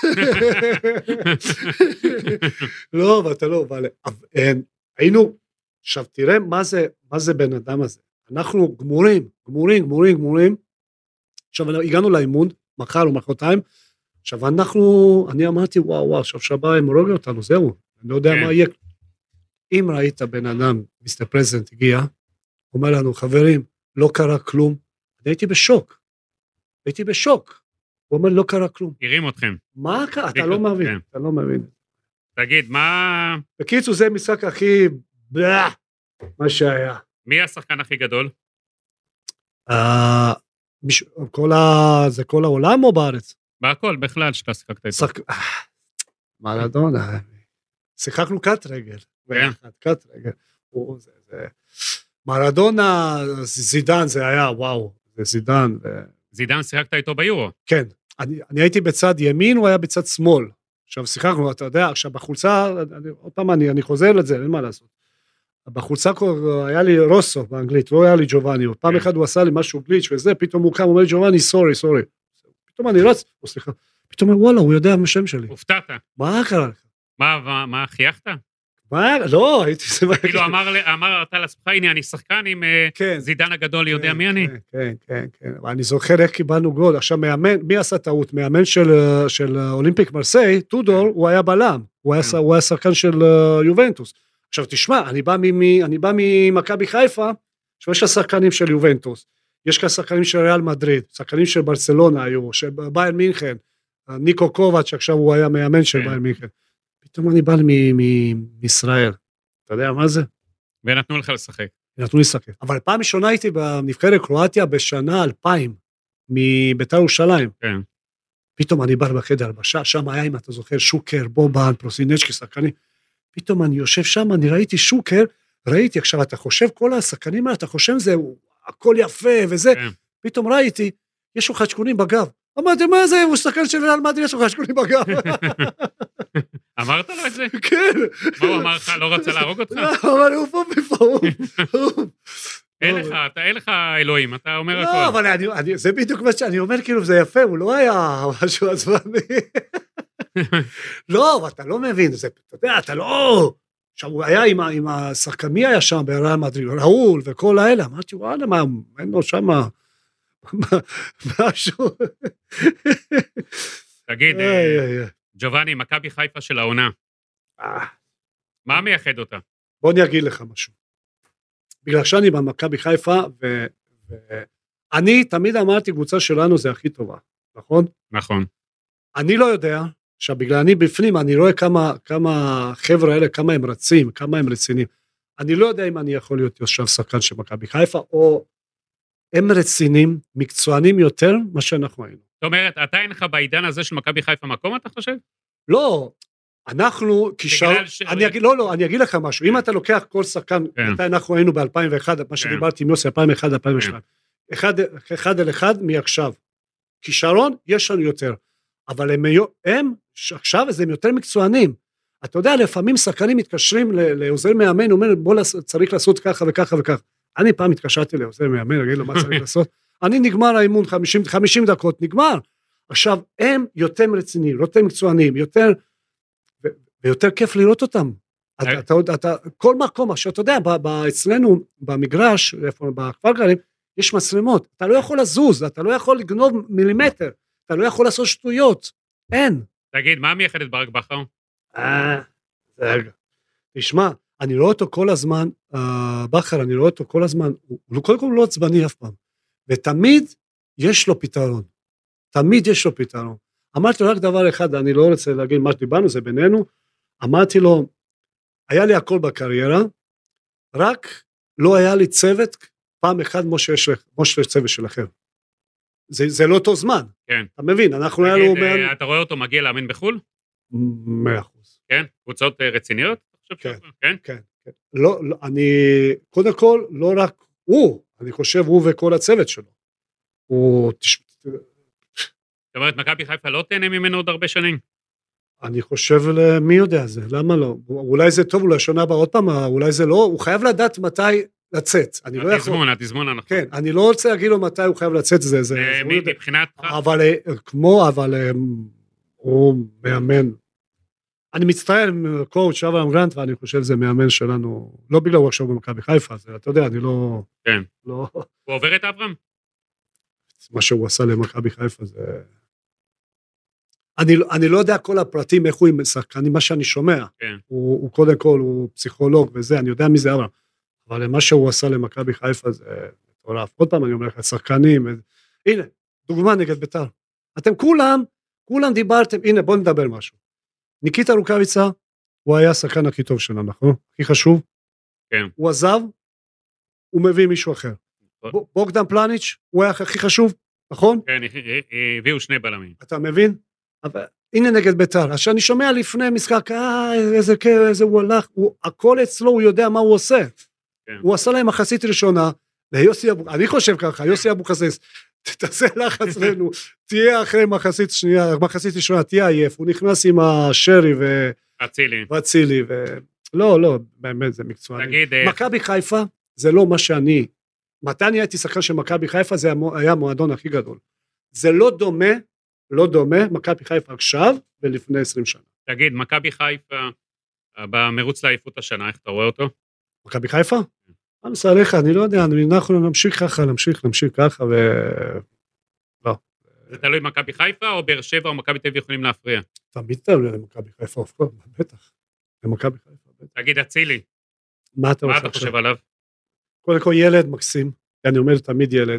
Speaker 3: לא, ואתה לא, אבל היינו, עכשיו תראה מה זה בן אדם הזה. אנחנו גמורים. עכשיו הגענו לאימון, מחר או מחרתיים, עכשיו אני אמרתי, וואו, עכשיו שבא הם הורגים אותנו, זהו, אני לא יודע מה יהיה. אם ראית בן אדם, מיסטר פרזנט הגיע, אומר לנו, חברים, לא קרה כלום, אני הייתי בשוק, הוא אומר, לא קרה כלום.
Speaker 2: הרים אתכם.
Speaker 3: מה קרה? אתה לא מבין.
Speaker 2: תגיד, מה...
Speaker 3: בקיצור, זה משחק הכי... מה שהיה.
Speaker 2: מי השחקן הכי גדול?
Speaker 3: זה כל העולם או בארץ?
Speaker 2: בהכל, בכלל, שאתה שיחקת איתו.
Speaker 3: מרדונה. שיחקנו קט רגל. מרדונה, זידן זה היה, וואו, זה זידן.
Speaker 2: זידן שיחקת איתו ביורו.
Speaker 3: כן, אני הייתי בצד ימין, הוא היה בצד שמאל. עכשיו שיחקנו, אתה יודע, עכשיו בחולצה, עוד פעם אני חוזר לזה, אין מה לעשות. בחולצה היה לי רוסו באנגלית, לא היה לי ג'ובאני, פעם אחד הוא עשה לי משהו גליץ' וזה, פתאום הוא קם, הוא אומר לי ג'ובאני, סורי. פתאום אני רץ, סליחה, פתאום הוא וואלה, הוא יודע מה השם שלי.
Speaker 2: הופתעת.
Speaker 3: מה קרה לך?
Speaker 2: מה, חייכת?
Speaker 3: לא, הייתי...
Speaker 2: כאילו אמרת לעצמך, הנה, אני שחקן עם זידן הגדול, יודע מי אני?
Speaker 3: כן. אני זוכר איך קיבלנו גול. עכשיו, מי עשה טעות? מאמן של אולימפיק מרסיי, טודור, הוא היה בלם. הוא היה שחקן של יובנטוס. עכשיו, תשמע, אני בא ממכבי חיפה, שיש השחקנים של יובנטוס. יש כאן שחקנים של ריאל מדריד, שחקנים של ברצלונה היו, של ביירן מינכן, ניקו קובץ', עכשיו הוא היה מאמן של ביירן מינכן. פתאום אני בא מישראל, אתה יודע מה זה?
Speaker 2: ונתנו לך לשחק.
Speaker 3: נתנו לשחק, אבל פעם ראשונה הייתי בנבחרת קרואטיה בשנה 2000, מבית"ר ירושלים.
Speaker 2: כן.
Speaker 3: פתאום אני בא בחדר הלבשה, שם היה, אם אתה זוכר, שוקר, בובן, פרוסינצ'קי, שחקנים. פתאום אני יושב שם, אני ראיתי שוקר, עכשיו אתה חושב, כל השחקנים האלה, אתה חושב זה, הכל יפה וזה, פתאום ראיתי, יש לו חדשקונים בגב, אמרתי, מה זה, הוא שחקן של ריאל מדריד, יש לו חשקוני בגב.
Speaker 2: אמרת לו את זה?
Speaker 3: כן.
Speaker 2: מה הוא אמר לך, לא רצה להרוג אותך?
Speaker 3: לא, אבל הוא פה בפעום.
Speaker 2: אין לך אלוהים, אתה אומר הכל.
Speaker 3: לא, אבל זה בדיוק מה שאני אומר, כאילו, זה יפה, הוא לא היה משהו עצבני. לא, אבל אתה לא מבין, אתה יודע, אתה לא... עכשיו, הוא היה עם השחקמי היה שם בריאל מדריד, ראול וכל האלה, אמרתי, וואלה, מה, אין לו שם משהו.
Speaker 2: תגיד, ג'ובאני, מכבי חיפה של העונה, מה מייחד אותה?
Speaker 3: בוא אני אגיד לך משהו. בגלל שאני במכבי חיפה, ואני תמיד אמרתי, קבוצה שלנו זה הכי טובה, נכון?
Speaker 2: נכון.
Speaker 3: אני לא יודע, עכשיו בגלל אני בפנים, אני רואה כמה חבר'ה האלה, כמה הם רצים, כמה הם רציניים. אני לא יודע אם אני יכול להיות יושב שחקן של מכבי חיפה, או הם רציניים, מקצוענים יותר, מה שאנחנו היינו.
Speaker 2: זאת אומרת, אתה אין לך בעידן הזה של מכבי חיפה מקום, אתה חושב?
Speaker 3: לא, אנחנו, אני אגיד לך משהו, אם אתה לוקח כל שחקן, מתי אנחנו היינו ב-2001, מה שדיברתי עם יוסי, 2001-2002, אחד אל אחד מעכשיו. כישרון, יש לנו יותר, אבל הם עכשיו, הם יותר מקצוענים. אתה יודע, לפעמים שחקנים מתקשרים לעוזר מאמן, אומר, בוא צריך לעשות ככה וככה וככה. אני פעם התקשרתי לעוזר מאמן, אגיד לו מה צריך לעשות, אני נגמר האימון 50 דקות, נגמר. עכשיו, הם יותר רציניים, יותר מקצוענים, ויותר כיף לראות אותם. כל מקום, שאתה יודע, אצלנו במגרש, בכפר גלים, יש מצלמות, אתה לא יכול לזוז, אתה לא יכול לגנוב מילימטר, אתה לא יכול לעשות שטויות, אין.
Speaker 2: תגיד, מה מייחד את ברק בכר?
Speaker 3: תשמע, אני רואה אותו כל הזמן, בכר, אני רואה אותו כל הזמן, הוא קודם כל לא עצבני אף פעם, ותמיד יש לו פתרון, תמיד יש לו פתרון. אמרתי לו רק דבר אחד, אני לא רוצה להגיד מה שדיברנו, זה בינינו, אמרתי לו, היה לי הכל בקריירה, רק לא היה לי צוות פעם אחד כמו שיש צוות שלכם. זה לא אותו זמן.
Speaker 2: כן.
Speaker 3: אתה מבין, אנחנו היה
Speaker 2: לו... אתה רואה אותו מגיע לאמן בחול?
Speaker 3: 100%.
Speaker 2: כן? קבוצות רציניות?
Speaker 3: כן, כן. לא, אני, קודם כל, לא רק הוא, אני חושב הוא וכל הצוות שלו.
Speaker 2: זאת אומרת, מכבי חיפה לא תהנה ממנו עוד הרבה שנים?
Speaker 3: אני חושב, מי יודע זה, למה לא? אולי זה טוב, אולי שונה הבאה עוד פעם, אולי זה לא, הוא חייב לדעת מתי לצאת.
Speaker 2: התזמון הנכון.
Speaker 3: כן, אני לא רוצה להגיד לו מתי הוא חייב לצאת, זה
Speaker 2: מבחינת...
Speaker 3: אבל הוא מאמן. אני מצטער עם קואוץ' אברהם גרנט, ואני חושב שזה מאמן שלנו, לא בגלל הוא עכשיו במכבי חיפה, אתה יודע, אני לא...
Speaker 2: כן. הוא עובר את אברהם?
Speaker 3: מה שהוא עשה למכבי חיפה זה... אני לא יודע כל הפרטים, איך הוא עם שחקנים, מה שאני שומע.
Speaker 2: כן.
Speaker 3: הוא קודם כל, הוא פסיכולוג וזה, אני יודע מי זה אברהם. אבל מה שהוא עשה למכבי חיפה זה מטורף. עוד פעם אני אומר לך, שחקנים, הנה, דוגמה נגד בית"ר. אתם כולם דיברתם, הנה בוא נדבר משהו. ניקיטה רוקאביצה, הוא היה השחקן הכי טוב שלנו, נכון? הכי חשוב.
Speaker 2: כן.
Speaker 3: הוא עזב, הוא מביא מישהו אחר. בוגדן פלניץ', הוא היה הכי חשוב, נכון?
Speaker 2: כן, הביאו שני בלמים.
Speaker 3: אתה מבין? אבל הנה נגד בית"ר, אז שאני שומע לפני משחק, איזה הוא הלך, הכל אצלו, הוא יודע מה הוא עושה.
Speaker 2: כן.
Speaker 3: הוא עשה להם מחצית ראשונה, ליוסי אבו, אני חושב ככה, יוסי אבו חזיז, תעשה לחץ לנו, תהיה אחרי מחצית שנייה, מחצית ראשונה, תהיה עייף, הוא נכנס עם השרי ואצילי, לא, באמת זה מקצועני. מכבי חיפה, זה לא מה שאני, מתי אני הייתי שחקן של מכבי חיפה, זה היה המועדון הכי גדול. זה לא דומה, מכבי חיפה עכשיו ולפני 20 שנה.
Speaker 2: תגיד, מכבי חיפה, במרוץ לעייפות השנה, איך אתה רואה אותו?
Speaker 3: מכבי חיפה? אני עושה עליך, אני לא יודע, אנחנו נמשיך ככה, לא.
Speaker 2: זה תלוי מכבי חיפה, או באר שבע, או מכבי תל אביב יכולים להפריע?
Speaker 3: תמיד תלוי למכבי חיפה, בטח. למכבי חיפה, בטח.
Speaker 2: תגיד, אצילי.
Speaker 3: מה אתה
Speaker 2: חושב עליו?
Speaker 3: קודם כל ילד מקסים, אני אומר תמיד ילד,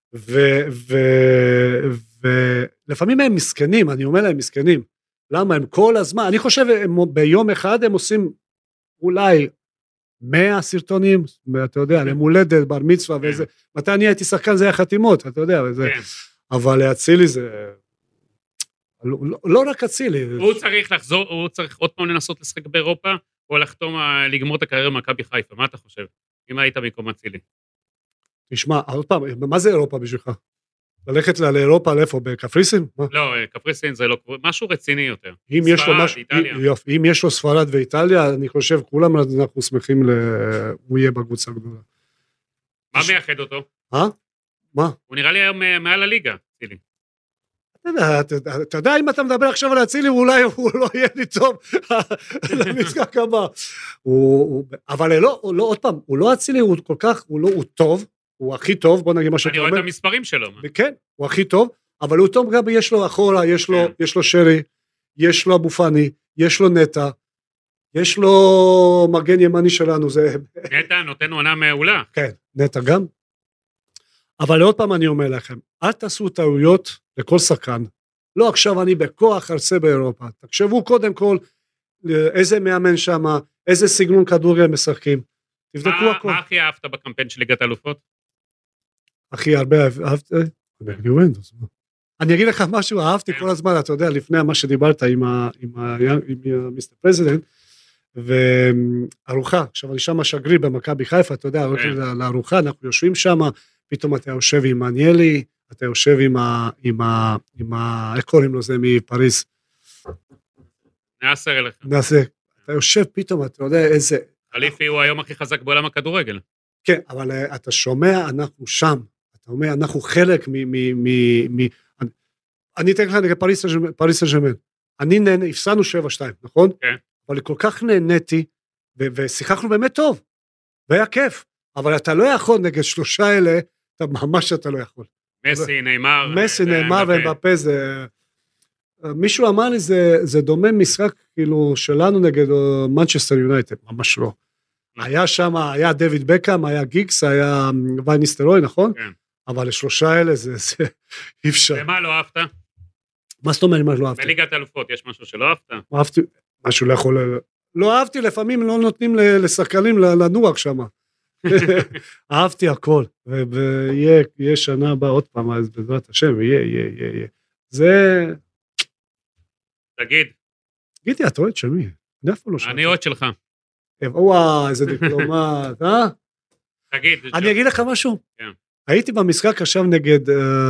Speaker 3: ולפעמים הם מסכנים, אני אומר להם מסכנים, למה הם כל הזמן, אני חושב ביום אחד הם עושים אולי 100 סרטונים, אתה יודע, למולדת, בר מצווה וזה, מתי אני הייתי שחקן זה היה חתימות, אתה יודע, אבל להצילי זה, לא רק אצילי.
Speaker 2: הוא צריך לחזור, הוא צריך עוד פעם לנסות לשחק באירופה, או לחתום, לגמור את הקריירה במכבי חיפה, מה אתה חושב? אם היית במקום אצילי.
Speaker 3: תשמע, עוד פעם, מה זה אירופה בשבילך? ללכת לאירופה, לאיפה? בקפריסין?
Speaker 2: לא, קפריסין זה לא, משהו רציני יותר.
Speaker 3: אם יש לו משהו,
Speaker 2: איטליה.
Speaker 3: אם יש לו ספרד ואיטליה, אני חושב, כולם אנחנו שמחים הוא יהיה בקבוצה גדולה.
Speaker 2: מה מייחד אותו?
Speaker 3: מה?
Speaker 2: הוא נראה לי היום מעל הליגה, צילי.
Speaker 3: אתה יודע, אם אתה מדבר עכשיו על אצילי, אולי הוא לא יהיה לי טוב למשחק הבא. אבל לא, עוד פעם, הוא לא אצילי, הוא כל כך, הוא טוב, הוא הכי טוב, בוא נגיד מה שאתה אומר.
Speaker 2: אני רואה את המספרים שלו.
Speaker 3: כן, הוא הכי טוב, אבל הוא טוב גם, יש לו אחורה, יש לו שרי, יש לו אבו פני, יש לו נטע, יש לו מגן ימני שלנו, זה...
Speaker 2: נטע נותן עונה מעולה.
Speaker 3: כן, נטע גם. אבל עוד פעם אני אומר לכם, אל תעשו טעויות לכל שחקן. לא עכשיו אני בכוח ארצה באירופה. תחשבו קודם כל איזה מאמן שם, איזה סגנון כדורגל משחקים. תבדקו הכל.
Speaker 2: מה הכי אהבת בקמפיין של ליגת האלופות?
Speaker 3: הכי הרבה אהבתי, אני אגיד לך משהו, אהבתי כל הזמן, אתה יודע, לפני מה שדיברת עם מיסטר פרזידנט, וארוחה, עכשיו אני שם שגריר במכבי חיפה, אתה יודע, לארוחה, אנחנו יושבים שם, פתאום אתה יושב עם מניאלי, אתה יושב עם איך קוראים לו זה מפריז?
Speaker 2: נאסר אליך.
Speaker 3: נאסר, אתה יושב פתאום, אתה יודע איזה...
Speaker 2: חליפי הוא היום הכי חזק בעולם הכדורגל.
Speaker 3: כן, אבל אתה שומע, אנחנו שם, אתה אומר, אנחנו חלק אני אתן לך נגד פריס סן ז'רמן, אני הפסדנו 7-2, נכון?
Speaker 2: כן.
Speaker 3: אבל כל כך נהניתי, ושיחקנו באמת טוב, והיה כיף, אבל אתה לא יכול נגד שלושה אלה, ממש אתה לא יכול.
Speaker 2: מסי, נאמר.
Speaker 3: מסי, נאמר ומבפה זה... מישהו אמר לי, זה דומה משחק כאילו שלנו נגד מנצ'סטר יונייטד, ממש לא. היה שם, היה דויד בקאם, היה גיגס, היה וייניסטרוי, נכון?
Speaker 2: כן.
Speaker 3: אבל לשלושה האלה זה אי אפשר.
Speaker 2: ומה לא אהבת?
Speaker 3: מה זאת אומרת מה לא אהבתי?
Speaker 2: בליגת האלופות יש משהו שלא אהבת?
Speaker 3: אהבתי, משהו לא יכול... לא אהבתי, לפעמים לא נותנים לשחקנים לנוח שם. אהבתי הכל, ויהיה שנה הבאה עוד פעם, אז בעזרת השם, יהיה. זה... תגידי, את אוהד של מי?
Speaker 2: אני אוהד שלך.
Speaker 3: וואו, איזה דיפלומט,
Speaker 2: תגיד.
Speaker 3: אני אגיד לך משהו?
Speaker 2: כן.
Speaker 3: הייתי במשחק עכשיו נגד,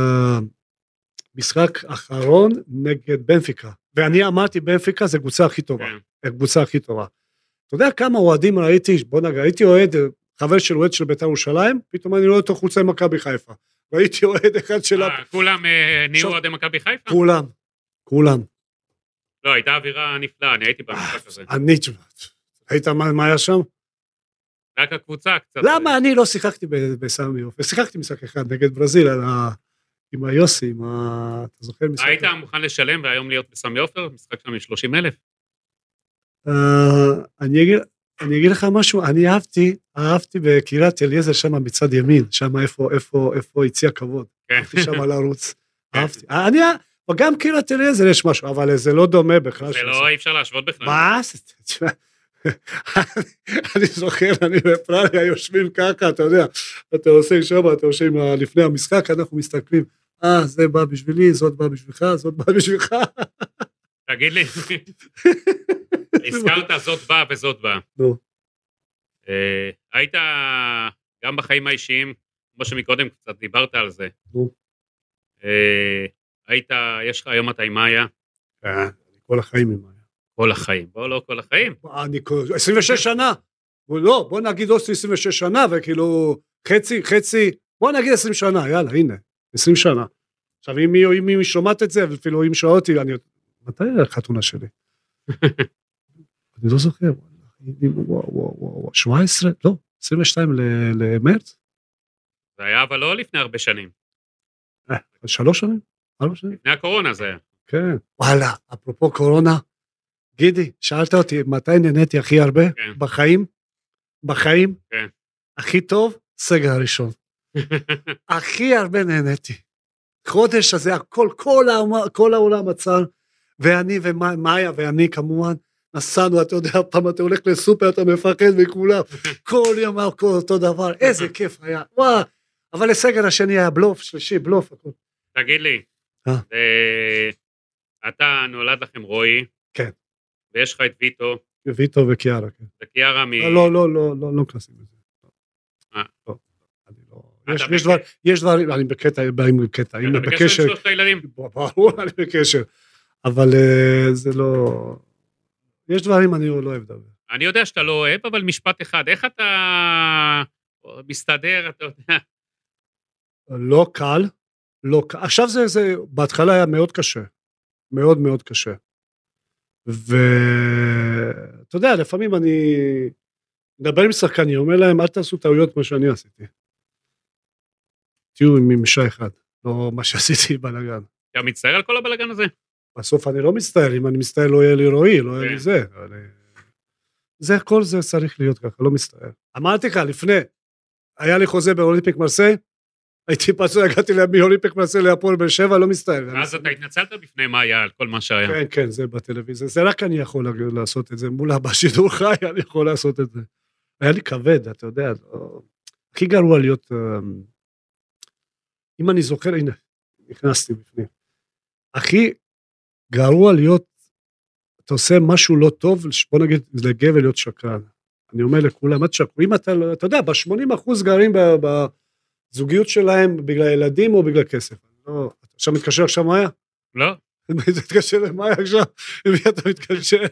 Speaker 3: משחק אחרון נגד בנפיקה, ואני אמרתי בנפיקה זה קבוצה הכי טובה, הקבוצה הכי טובה. אתה יודע כמה אוהדים ראיתי, בוא נגיד, הייתי אוהד, חבר של אוהד של בית"ר ירושלים, פתאום אני רואה אותו חולצה עם מכבי חיפה, והייתי אוהד אחד של...
Speaker 2: כולם נהיו אוהדי מכבי חיפה?
Speaker 3: כולם.
Speaker 2: לא, הייתה אווירה נפלאה, אני הייתי במשחק הזה.
Speaker 3: אני, היית מה היה שם?
Speaker 2: רק הקבוצה קצת.
Speaker 3: למה אני לא שיחקתי בסמי עופר? שיחקתי משחק אחד נגד ברזיל, עם היוסי, אתה זוכר משחק?
Speaker 2: היית מוכן לשלם והיום להיות בסמי עופר? משחק שם עם 30,000?
Speaker 3: אני אגיד לך משהו, אני אהבתי בקריית אליעזר שם מצד ימין, שם איפה הציע כבוד. אהבתי שם על הערוץ. אהבתי. וגם קריית אליעזר יש משהו, אבל זה לא דומה בכלל.
Speaker 2: זה לא, אי אפשר להשוות בכלל.
Speaker 3: מה? אני זוכר, אני בפרליה יושבים ככה, אתה יודע, אתה עושה שם, אתה יושב לפני המשחק, אנחנו מסתכלים, זה בא בשבילי, זאת בא בשבילך, זאת בא בשבילך.
Speaker 2: תגיד לי, הזכרת זאת בא וזאת בא.
Speaker 3: נו.
Speaker 2: היית גם בחיים האישיים, כמו שמקודם קצת דיברת על זה.
Speaker 3: נו.
Speaker 2: יש לך היום אתה עם מאיה?
Speaker 3: כל החיים עם מאיה.
Speaker 2: כל החיים, בוא לא כל החיים.
Speaker 3: 26 שנה. לא, בוא נגיד עוד 26 שנה, וכאילו חצי, בוא נגיד 20 שנה, יאללה, הנה, 20 שנה. עכשיו, אם היא שומעת את זה, ואפילו אם שואל אותי, מתי החתונה שלי? אני לא זוכר, 17? לא, 22 למרץ?
Speaker 2: זה היה אבל לא לפני הרבה שנים.
Speaker 3: 3 שנים? 4 שנים?
Speaker 2: לפני הקורונה זה היה.
Speaker 3: כן. וואלה, אפרופו קורונה, גידי, שאלת אותי, מתי נהניתי הכי הרבה?
Speaker 2: כן.
Speaker 3: בחיים?
Speaker 2: כן.
Speaker 3: הכי טוב? סגר הראשון. הכי הרבה נהניתי. חודש הזה, כל העולם עצר, ואני ומאיה ואני כמובן, נסענו, אתה יודע, פעם אתה הולך לסופר, אתה מפחד מכולם, כל יום אותו דבר, איזה כיף היה, וואו, אבל לסגר השני היה בלוף, שלישי, בלוף, הכל.
Speaker 2: תגיד לי, אתה נולד לכם רועי,
Speaker 3: כן.
Speaker 2: ויש לך את
Speaker 3: ויטו וקיארה, כן.
Speaker 2: וקיארה
Speaker 3: לא קלאסים בזה. יש דברים, אני בקטע, אם בקטע, אם
Speaker 2: אתה בקשר עם שלושת הילדים?
Speaker 3: ברור, אני בקשר, אבל זה לא, יש דברים אני לא אוהב דבר.
Speaker 2: אני יודע שאתה לא אוהב, אבל משפט אחד, איך אתה מסתדר, אתה יודע?
Speaker 3: לא קל, עכשיו זה, בהתחלה היה מאוד קשה, מאוד מאוד קשה, ואתה יודע, לפעמים אני מדבר עם שחקנים, אומר להם, אל תעשו טעויות מה שאני עשיתי, תהיו עם ממשה אחד, לא מה שעשיתי בלגן.
Speaker 2: אתה מצטער על כל הבלגן הזה?
Speaker 3: בסוף אני לא מצטער, אם אני מצטער לא יהיה לי רועי, לא יהיה לי זה, זה כל זה צריך להיות ככה, לא מצטער. אמרתי לך, לפני, היה לי חוזה באולימפיק מרסיי, הייתי פצוע, הגעתי מאולימפיק מרסיי להפועל באר שבע, לא מצטער.
Speaker 2: אז אתה התנצלת בפני מה היה על כל מה שהיה.
Speaker 3: כן, כן, זה בטלוויזיה, זה רק אני יכול לעשות את זה, מולה בשידור חי, אני יכול לעשות את זה. היה לי כבד, אתה יודע, הכי גרוע להיות, אם אני זוכר, הנה, נכנסתי בפנים, הכי גרוע להיות, אתה עושה משהו לא טוב, בוא נגיד, לגב ולהיות שקרן. אני אומר לכולם, את שקרו, אם אתה יודע, ב-80% גרים בזוגיות שלהם, בגלל ילדים או בגלל כסף. לא, אתה עכשיו מתקשר עכשיו מאיה?
Speaker 2: לא.
Speaker 3: אתה מתקשר למאיה עכשיו? למי אתה מתקשר?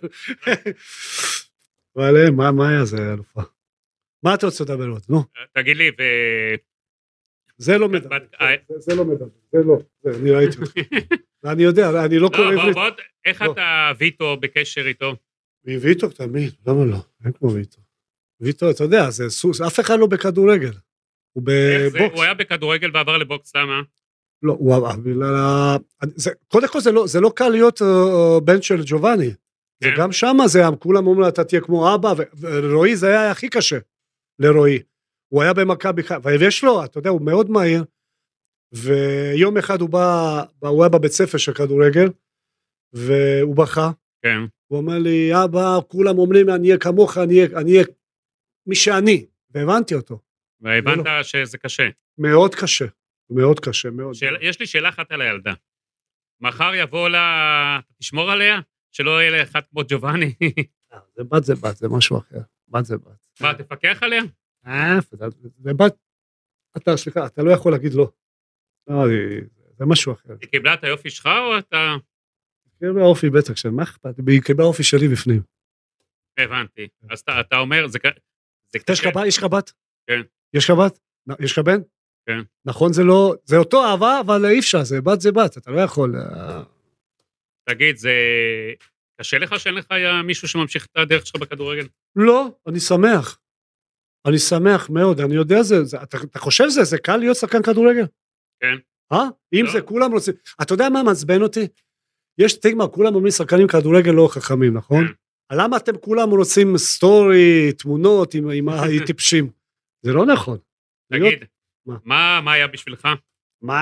Speaker 3: אבל מאיה זה אלופה. מה אתה רוצה לדבר עוד? נו.
Speaker 2: תגיד לי,
Speaker 3: זה לא מדבר, זה לא מדבר, זה לא, אני ראיתי אותך. אני יודע, אני לא קורא עברית.
Speaker 2: איך אתה ויטו בקשר איתו?
Speaker 3: ויטו תמיד, למה לא? אין כמו ויטו. ויטו, אתה יודע, זה סוס, אף אחד לא בכדורגל. הוא בבוקס.
Speaker 2: הוא היה בכדורגל ועבר לבוקס, למה?
Speaker 3: לא, הוא עבר, קודם כל זה לא קל להיות בן של ג'ובאני. זה גם שמה, זה כולם אומרים, אתה תהיה כמו אבא, ורועי זה היה הכי קשה לרועי. הוא היה במכבי חיפה, ויש לו, אתה יודע, הוא מאוד מהיר, ויום אחד הוא היה בבית ספר של כדורגל, והוא בכה,
Speaker 2: כן.
Speaker 3: הוא אומר לי, אבא, כולם אומרים, אני אהיה כמוך, אני אהיה מי שאני, והבנתי אותו.
Speaker 2: והבנת שזה קשה.
Speaker 3: מאוד קשה, מאוד קשה, מאוד.
Speaker 2: יש לי שאלה אחת על הילדה. מחר יבוא לה, תשמור עליה, שלא יהיה לה אחד כמו ג'ובאני.
Speaker 3: זה בת, זה משהו אחר. בת זה בת.
Speaker 2: מה, תפקח עליה?
Speaker 3: זה בת, סליחה, אתה לא יכול להגיד לא. זה משהו אחר.
Speaker 2: היא קיבלה את היופי שלך או אתה...
Speaker 3: היא קיבלה אופי בטח של מה אכפת, היא קיבלה אופי שלי בפנים.
Speaker 2: הבנתי. אז אתה אומר,
Speaker 3: יש לך בת?
Speaker 2: כן.
Speaker 3: יש לך בת? יש לך בן?
Speaker 2: כן.
Speaker 3: נכון, זה לא, זה אותו אהבה, אבל אי אפשר, זה בת, אתה לא יכול...
Speaker 2: תגיד, זה קשה לך שאין לך מישהו שממשיך את הדרך שלך בכדורגל?
Speaker 3: לא, אני שמח. אני שמח מאוד, אני יודע אתה חושב זה קל להיות שחקן כדורגל?
Speaker 2: כן.
Speaker 3: אם זה כולם רוצים, אתה יודע מה מעצבן אותי? יש סטיגמה, כולם אומרים שחקנים כדורגל לא חכמים, נכון? למה אתם כולם רוצים סטורי, תמונות עם הטיפשים? זה לא נכון.
Speaker 2: תגיד, מה היה בשבילך?
Speaker 3: מה?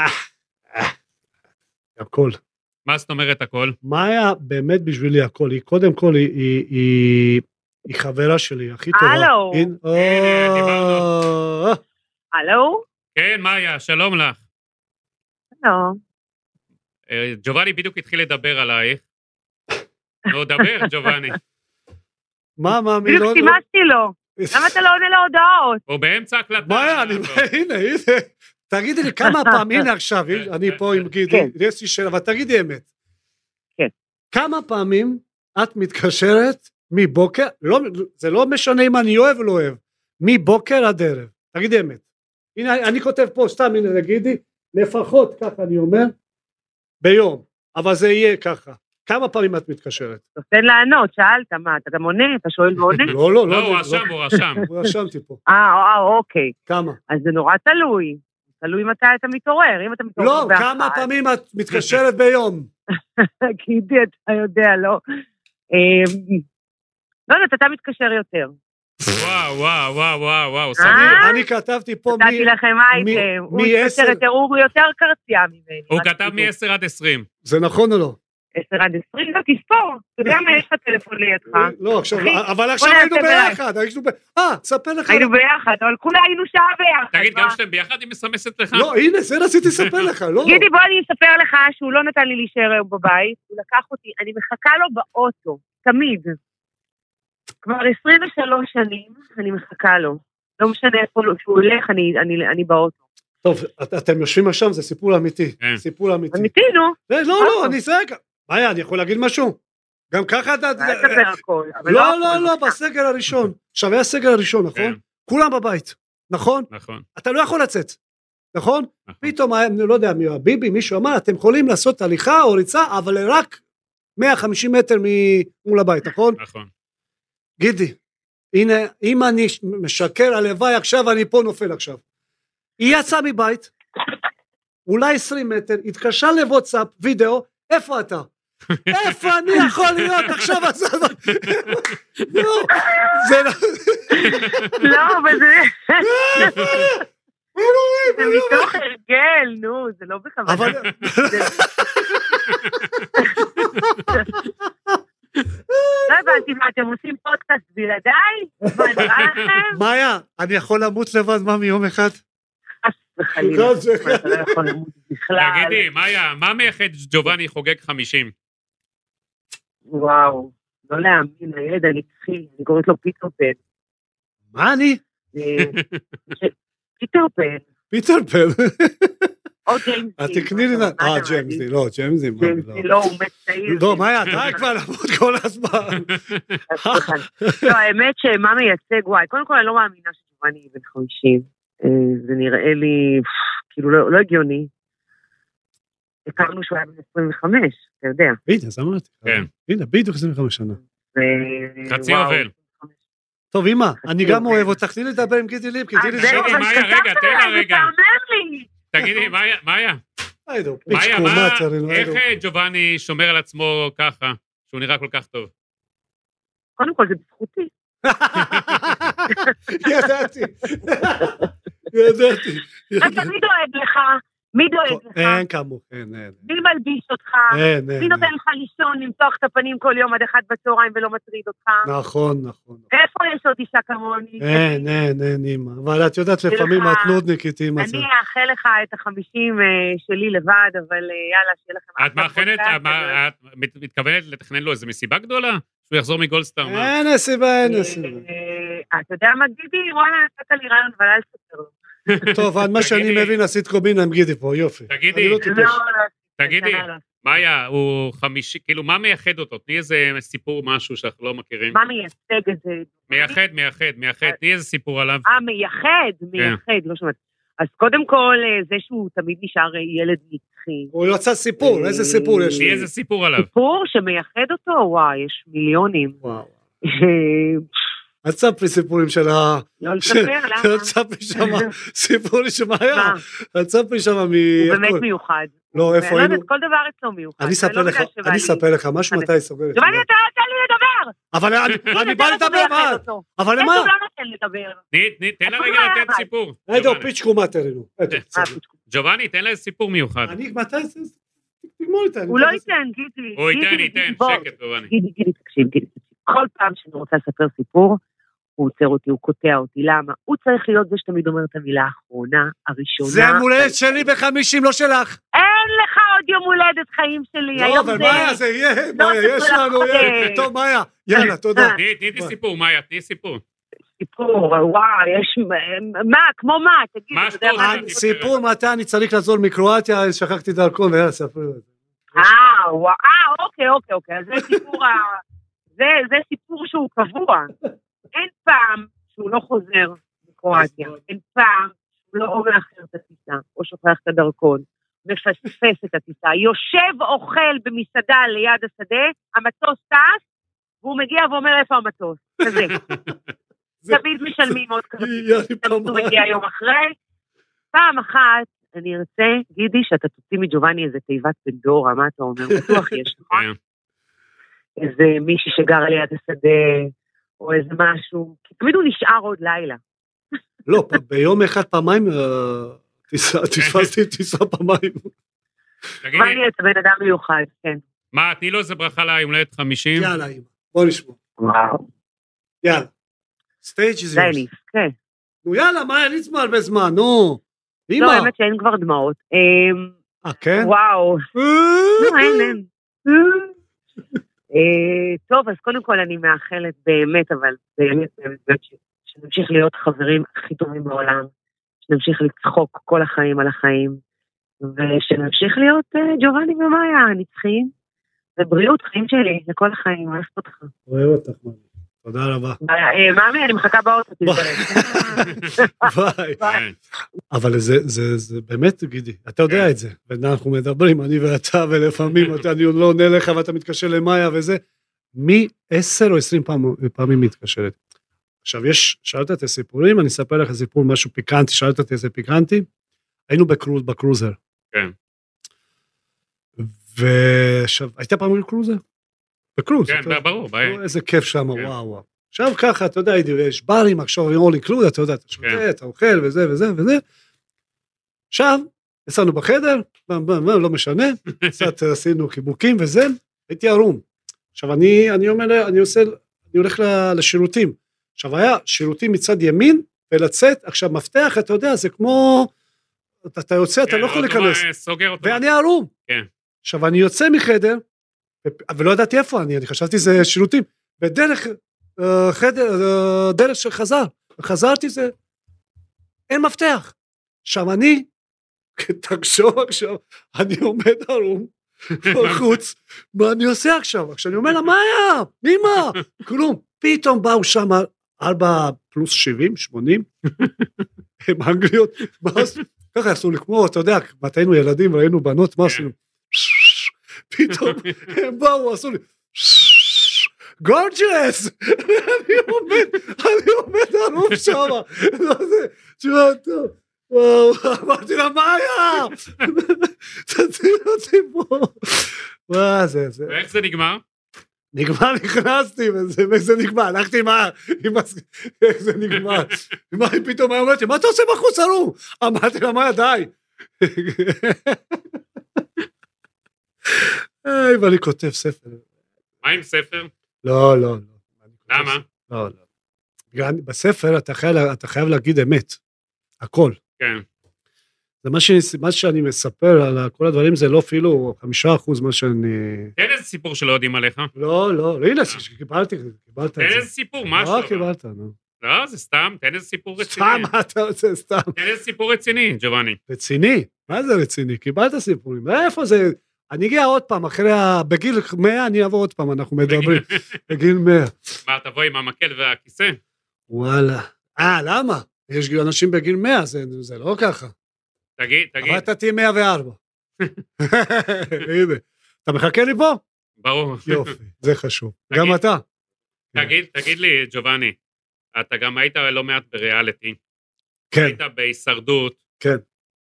Speaker 3: הכל.
Speaker 2: מה זאת אומרת הכל?
Speaker 3: מה היה באמת בשבילי הכל? היא קודם כל, היא חברה שלי, הכי טובה.
Speaker 8: הלו.
Speaker 2: דיברנו.
Speaker 8: הלו?
Speaker 2: כן, מאיה, שלום לך.
Speaker 8: שלום.
Speaker 2: ג'ובאני בדיוק התחיל לדבר עלייך. לא, דבר, ג'ובאני.
Speaker 3: מה,
Speaker 8: בדיוק סימסתי לו. למה אתה לא עונה להודעות?
Speaker 2: הוא באמצע הקלטה.
Speaker 3: מאיה, הנה. תגידי לי כמה פעמים, הנה עכשיו, אני פה עם גידי, יש לי שאלה, אבל תגידי אמת.
Speaker 8: כן.
Speaker 3: כמה פעמים את מתקשרת מבוקר, זה לא משנה אם אני אוהב או לא אוהב, מבוקר עד ערב, תגידי אמת. הנה, אני כותב פה, סתם, הנה, תגידי, לפחות ככה אני אומר, ביום, אבל זה יהיה ככה. כמה פעמים את מתקשרת?
Speaker 8: תן לענות, שאלת, מה, אתה גם עונה? אתה שואל ועונה?
Speaker 2: לא, הוא רשם.
Speaker 3: הוא רשמתי פה.
Speaker 8: אוקיי.
Speaker 3: כמה?
Speaker 8: אז זה נורא תלוי. תלוי מתי אתה מתעורר. אם אתה מתעורר
Speaker 3: לא, כמה פעמים את מתקשרת ביום?
Speaker 8: גידי, אתה יודע, לא. לא יודעת, אתה מתקשר יותר.
Speaker 2: וואו.
Speaker 3: אני כתבתי פה
Speaker 8: נתתי לכם אייטם. הוא יותר קרצייה ממני.
Speaker 2: הוא כתב מ-10 עד 20.
Speaker 3: זה נכון או לא?
Speaker 8: 10 עד 20, לא תספור. אתה יודע מה, יש לך טלפון לידך.
Speaker 3: לא, אבל עכשיו היינו ביחד. תספר לך.
Speaker 8: היינו ביחד, אבל כולה היינו שעה ביחד.
Speaker 2: תגיד, גם שאתם ביחד היא מסמסת לך?
Speaker 3: לא, הנה, זה רציתי לספר לך, לא.
Speaker 8: גידי, בוא אני אספר לך שהוא לא נתן לי להישאר היום בבית, הוא לקח אותי, אני מחכה לו באוטו, תמיד. כבר 23 שנים אני מחכה לו. לא משנה איפה שהוא הולך, אני באוטו.
Speaker 3: טוב, אתם יושבים שם, זה סיפור אמיתי. סיפור אמיתי.
Speaker 8: אמיתי, נו.
Speaker 3: לא, אני סגר. מאיה, אני יכול להגיד משהו? גם ככה אתה... לא, בסגל הראשון. עכשיו היה הסגל הראשון, נכון? כולם בבית, נכון?
Speaker 2: נכון.
Speaker 3: אתה לא יכול לצאת, נכון? פתאום, אני לא יודע, ביבי, מישהו אמר, אתם יכולים לעשות הליכה או ריצה, אבל רק 150 מטר מול הבית, נכון?
Speaker 2: נכון.
Speaker 3: גידי, הנה, אם אני משקר הלוואי עכשיו, אני פה נופל עכשיו. היא יצאה מבית, אולי 20 מטר, התקשר לוואטסאפ, וידאו, איפה אתה? איפה אני יכול להיות עכשיו? לא, זה לא...
Speaker 8: לא, אבל זה... זה מתוך הרגל, נו, זה לא בכוונה.
Speaker 3: אבל...
Speaker 8: לא הבנתי מה, אתם עושים פודקאסט בלעדיי? מה נראה לכם?
Speaker 3: מאיה, אני יכול למות לבד, מה מיום אחד?
Speaker 8: וחלילה, אתה לא יכול למות בכלל.
Speaker 2: תגידי, מאיה, מה מייחד ג'ובאני חוגג 50?
Speaker 8: וואו, לא להאמין, הילד הנצחי, אני קוראת לו פיטר פן.
Speaker 3: מה אני?
Speaker 8: פיטר פן.
Speaker 3: פיטר פן.
Speaker 8: או ג'יימסי.
Speaker 3: תקני לי, ג'יימסי, לא, ג'יימסי.
Speaker 8: ג'יימסי, לא, הוא מצעיר.
Speaker 3: לא, מאיה, די כבר לעמוד כל הזמן.
Speaker 8: לא, האמת שמה מייצג, וואי, קודם כל אני לא מאמינה שג'ובאני בן 50. זה נראה לי, כאילו, לא הגיוני. הכרנו שהוא היה בן 25, אתה יודע.
Speaker 3: הנה, אז אמרתי. הנה, בדיוק 25 שנה.
Speaker 2: חצי יובל.
Speaker 3: טוב, אמא, אני גם אוהב אותך, תני לי לדבר עם גידי ליפ, תני לי
Speaker 2: לדבר. תגידי, מאיה, רגע, תן לה רגע. תגידי, מאיה. איך ג'ובאני שומר על עצמו ככה, שהוא נראה כל כך טוב?
Speaker 8: קודם כל, זה בזכותי.
Speaker 3: ידעתי.
Speaker 8: אתה מי דואג לך? מי דואג לך?
Speaker 3: אין כמוך, אין.
Speaker 8: מי מלביש אותך? מי נותן לך לישון, למתוח את הפנים כל יום עד 1 בצהריים ולא מטריד אותך?
Speaker 3: נכון.
Speaker 8: איפה יש עוד אישה כמוני?
Speaker 3: אין, אמא. אבל את יודעת, לפעמים את נודניקית, אמא.
Speaker 8: אני אאחל לך את 50 שלי לבד, אבל יאללה, שיהיה לכם...
Speaker 2: את מאחלת, את מתכוונת לתכנן לו איזו מסיבה גדולה? שהוא יחזור מגולדסטאר?
Speaker 3: אין סיבה.
Speaker 8: אתה יודע מה, גידי? וואלה, נתת לי רעיון, אבל אל תספר לו.
Speaker 3: טוב, עד מה שאני מבין, עשית קובינה עם גידי פה, יופי.
Speaker 2: תגידי, מאיה, הוא 50, כאילו, מה מייחד אותו? תני איזה סיפור, משהו שאנחנו לא מכירים.
Speaker 8: מה מייצג את זה?
Speaker 2: מייחד, תני איזה סיפור עליו.
Speaker 8: מייחד, לא שמעת. אז קודם כל, זה שהוא תמיד נשאר ילד נצחי.
Speaker 3: הוא יוצא סיפור, איזה סיפור יש?
Speaker 2: תני איזה סיפור עליו.
Speaker 8: סיפור שמייחד אותו, וואי, יש מיליונים.
Speaker 3: וואו. אל תספרי סיפורים של ה...
Speaker 8: לא לספר, למה?
Speaker 3: אל תספרי שם סיפורים שמאיה. אל תספרי שם
Speaker 8: הוא באמת מיוחד.
Speaker 3: לא, איפה היינו?
Speaker 8: כל דבר אצלו מיוחד.
Speaker 3: אני אספר לך, משהו מתי סוגר.
Speaker 8: ג'ובאני, אתה נתן לי לדבר!
Speaker 3: אבל אני בא לדבר, מה? אבל למה?
Speaker 8: איך הוא לא נותן לדבר?
Speaker 2: תן לה רגע לתת סיפור.
Speaker 3: היידו, פיצ'קו מה תראינו.
Speaker 2: ג'ובאני, תן לה איזה סיפור מיוחד.
Speaker 3: אני, מתי זה? תגמור איתה.
Speaker 8: הוא לא ייתן, גידי.
Speaker 2: הוא ייתן, שקט, ג'ובאני.
Speaker 8: גידי, תקשיב. כל פעם שאני רוצה לספר סיפור, הוא עוצר אותי, הוא קוטע אותי, למה? הוא צריך להיות זה שתמיד אומר את המילה האחרונה, הראשונה.
Speaker 3: זה יום הולדת שלי ב50, לא שלך.
Speaker 8: אין לך עוד יום הולדת חיים שלי.
Speaker 3: לא, אבל מאיה, זה יהיה, מאיה, יש לנו, טוב, מאיה, יאללה, תודה.
Speaker 2: תני סיפור, מאיה, תני סיפור.
Speaker 8: סיפור, וואו, יש, מה, כמו מה, תגיד.
Speaker 3: סיפור מתי אני צריך לעזור מקרואטיה, שכחתי דרכון, יאללה, ספרי לו.
Speaker 8: אוקיי, אז זה סיפור שהוא קבוע. אין פעם שהוא לא חוזר מקרואטיה, אין פעם שהוא לא או מאחר את הטיסה, או שוכח את הדרכון, מפספס את הטיסה, יושב אוכל במסעדה ליד השדה, המטוס טס, והוא מגיע ואומר איפה המטוס, כזה. תמיד משלמים עוד כרטיס, הוא מגיע יום אחרי. פעם אחת, אני ארצה, גידי, שאתה תוציא מג'ובאני איזה תיבת פנדורה, מה אתה אומר? בטוח יש, נכון? איזה מישהי שגר ליד השדה, או איזה משהו, כי תמיד הוא נשאר עוד לילה.
Speaker 3: לא, ביום אחד פעמיים, תשפסתי טיסה פעמיים.
Speaker 8: מה אני את הבן אדם מיוחד, כן.
Speaker 2: מה, תני לו איזה ברכה ליום הולדת 50?
Speaker 3: יאללה, אמא, בוא נשמע.
Speaker 8: וואו.
Speaker 3: יאללה. סטייג' זה
Speaker 8: יוס. כן.
Speaker 3: נו יאללה, מה, אין לי זמן בזמן, נו. אמא.
Speaker 8: לא, האמת שאין כבר דמעות.
Speaker 3: כן?
Speaker 8: וואו. לא, אין. טוב, אז קודם כל אני מאחלת באמת, אבל באמת, שנמשיך להיות חברים הכי טובים בעולם, שנמשיך לצחוק כל החיים על החיים, ושנמשיך להיות ג'ובאני ומאיה, נצחיים, ובריאות, חיים שלי, לכל החיים, אוהבת אותך.
Speaker 3: אוהב אותך, מאמי. תודה רבה.
Speaker 8: מאמי, אני מחכה באוטו,
Speaker 3: ביי. אבל זה באמת, גידי, אתה יודע את זה, ואנחנו מדברים, אני ואתה, ולפעמים אני לא עונה לך, ואתה מתקשר למאיה וזה, מי 10 או 20 פעמים מתקשרת. עכשיו, שאלת את הסיפורים, אני אספר לך סיפור, משהו פיקנטי, שאלת את איזה פיקנטי, היינו בקרוזר.
Speaker 2: כן.
Speaker 3: ועכשיו, הייתה פעם בקרוזר? בקרוז.
Speaker 2: כן, ברור.
Speaker 3: איזה כיף שם, וואו. עכשיו ככה, אתה יודע, יש ברים, עכשיו all include, אתה יודע, אתה שותה, אתה אוכל, וזה וזה וזה. עכשיו, יצאנו בחדר, לא משנה, קצת עשינו חיבוקים וזה, הייתי ערום. עכשיו, אני הולך לשירותים. עכשיו, היה שירותים מצד ימין, ולצאת, עכשיו, מפתח, אתה יודע, זה כמו, אתה יוצא, אתה לא יכול להיכנס. ואני ערום. עכשיו, אני יוצא מחדר, ולא ידעתי איפה אני חשבתי זה שירותים, ודרך דרך חזרתי זה, אין מפתח. עכשיו אני, תחשוב עכשיו, אני עומד ערום, בחוץ, מה אני עושה עכשיו? עכשיו אני אומר לה, מה היה? אמא? כלום. פתאום באו שם 4 פלוס 70, 80, הם אנגליות, ככה עשו לי כמו, אתה יודע, בתינו ילדים, ראינו בנות, מה עשינו? פתאום הם באו, עשו לי, גורג'לס, אני עומד ערום שם, תשמע טוב, וואו, אמרתי לה, מה היה? תציל אותי פה, וואו, זה.
Speaker 2: ואיך זה נגמר?
Speaker 3: נגמר, נכנסתי, ואיך זה נגמר, הלכתי איך זה נגמר, פתאום היא אומרת לי, מה אתה עושה בחוץ ערום? אמרתי לה, מה די? ואני כותב ספר.
Speaker 2: מה עם ספר?
Speaker 3: לא.
Speaker 2: למה?
Speaker 3: לא. בספר אתה חייב להגיד אמת. הכל.
Speaker 2: כן.
Speaker 3: זה מה שאני מספר על כל הדברים, זה לא אפילו 5% מה שאני...
Speaker 2: תן איזה סיפור שלא יודעים עליך.
Speaker 3: לא, הנה, קיבלת את זה.
Speaker 2: תן איזה סיפור, משהו.
Speaker 3: לא, קיבלת, נו.
Speaker 2: לא, זה סתם, תן איזה סיפור רציני.
Speaker 3: סתם, מה אתה רוצה, סתם?
Speaker 2: תן איזה סיפור רציני, ג'ובאני.
Speaker 3: רציני? מה זה רציני? קיבלת סיפורים. איפה זה? אני אגיע עוד פעם, בגיל 100 אני אעבור עוד פעם, אנחנו מדברים. בגיל 100.
Speaker 2: מה, תבוא עם המקל והכיסא?
Speaker 3: וואלה. למה? יש אנשים בגיל 100, זה לא ככה.
Speaker 2: תגיד.
Speaker 3: אבל אתה תהיה 104. הנה. אתה מחכה לי פה?
Speaker 2: ברור.
Speaker 3: יופי, זה חשוב. גם אתה.
Speaker 2: תגיד לי, ג'ובאני, אתה גם היית לא מעט בריאליטי.
Speaker 3: כן.
Speaker 2: היית בהישרדות.
Speaker 3: כן.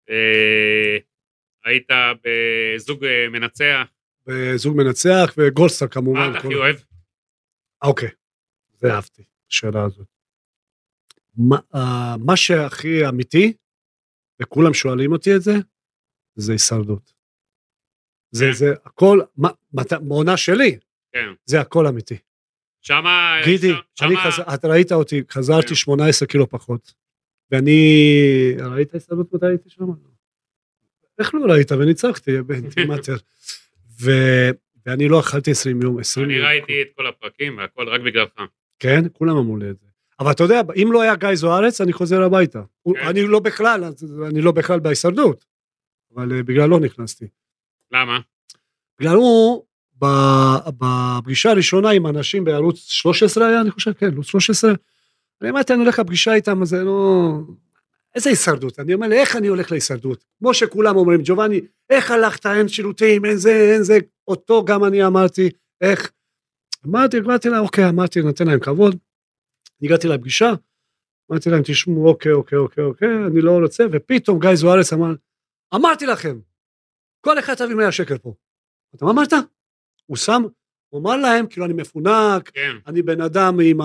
Speaker 2: היית בזוג מנצח.
Speaker 3: בזוג מנצח וגולדסטאר כמובן.
Speaker 2: מה אתה הכי אוהב?
Speaker 3: אוקיי, זה אהבתי, השאלה הזאת. מה שהכי אמיתי, וכולם שואלים אותי את זה, זה הישרדות. זה הכל, מעונה שלי, זה הכל אמיתי.
Speaker 2: שמה...
Speaker 3: גידי, אתה ראית אותי, חזרתי 18 קילו פחות, ואני, ראית הישרדות מתי הייתי שם? איך לא ראית? וניצחתי באינטימטר. ואני לא אכלתי 20 יום.
Speaker 2: אני ראיתי את כל הפרקים והכל רק בגללך.
Speaker 3: כן? כולם אמרו לי את זה. אבל אתה יודע, אם לא היה גיא זוארץ, אני חוזר הביתה. אני לא בכלל בהישרדות. אבל בגלל לא נכנסתי.
Speaker 2: למה?
Speaker 3: בגלל הוא, בפגישה הראשונה עם אנשים בערוץ 13 היה, אני חושב, כן, ערוץ 13, אני אמרתי, אני הולך לפגישה איתם, זה לא... איזה הישרדות? אני אומר לי, איך אני הולך להישרדות? כמו שכולם אומרים, ג'ובאני, איך הלכת, אין שירותים, אין זה, אותו גם אני אמרתי, איך? אמרתי לה, אוקיי, נתן להם כבוד, הגעתי לפגישה, אמרתי להם, תשמעו, אוקיי, אני לא רוצה, ופתאום גיא זוארץ אמרתי לכם, כל אחד תביא 100 שקל פה. אתה מה אמרת? הוא אמר להם, כאילו אני מפונק, אני בן אדם עם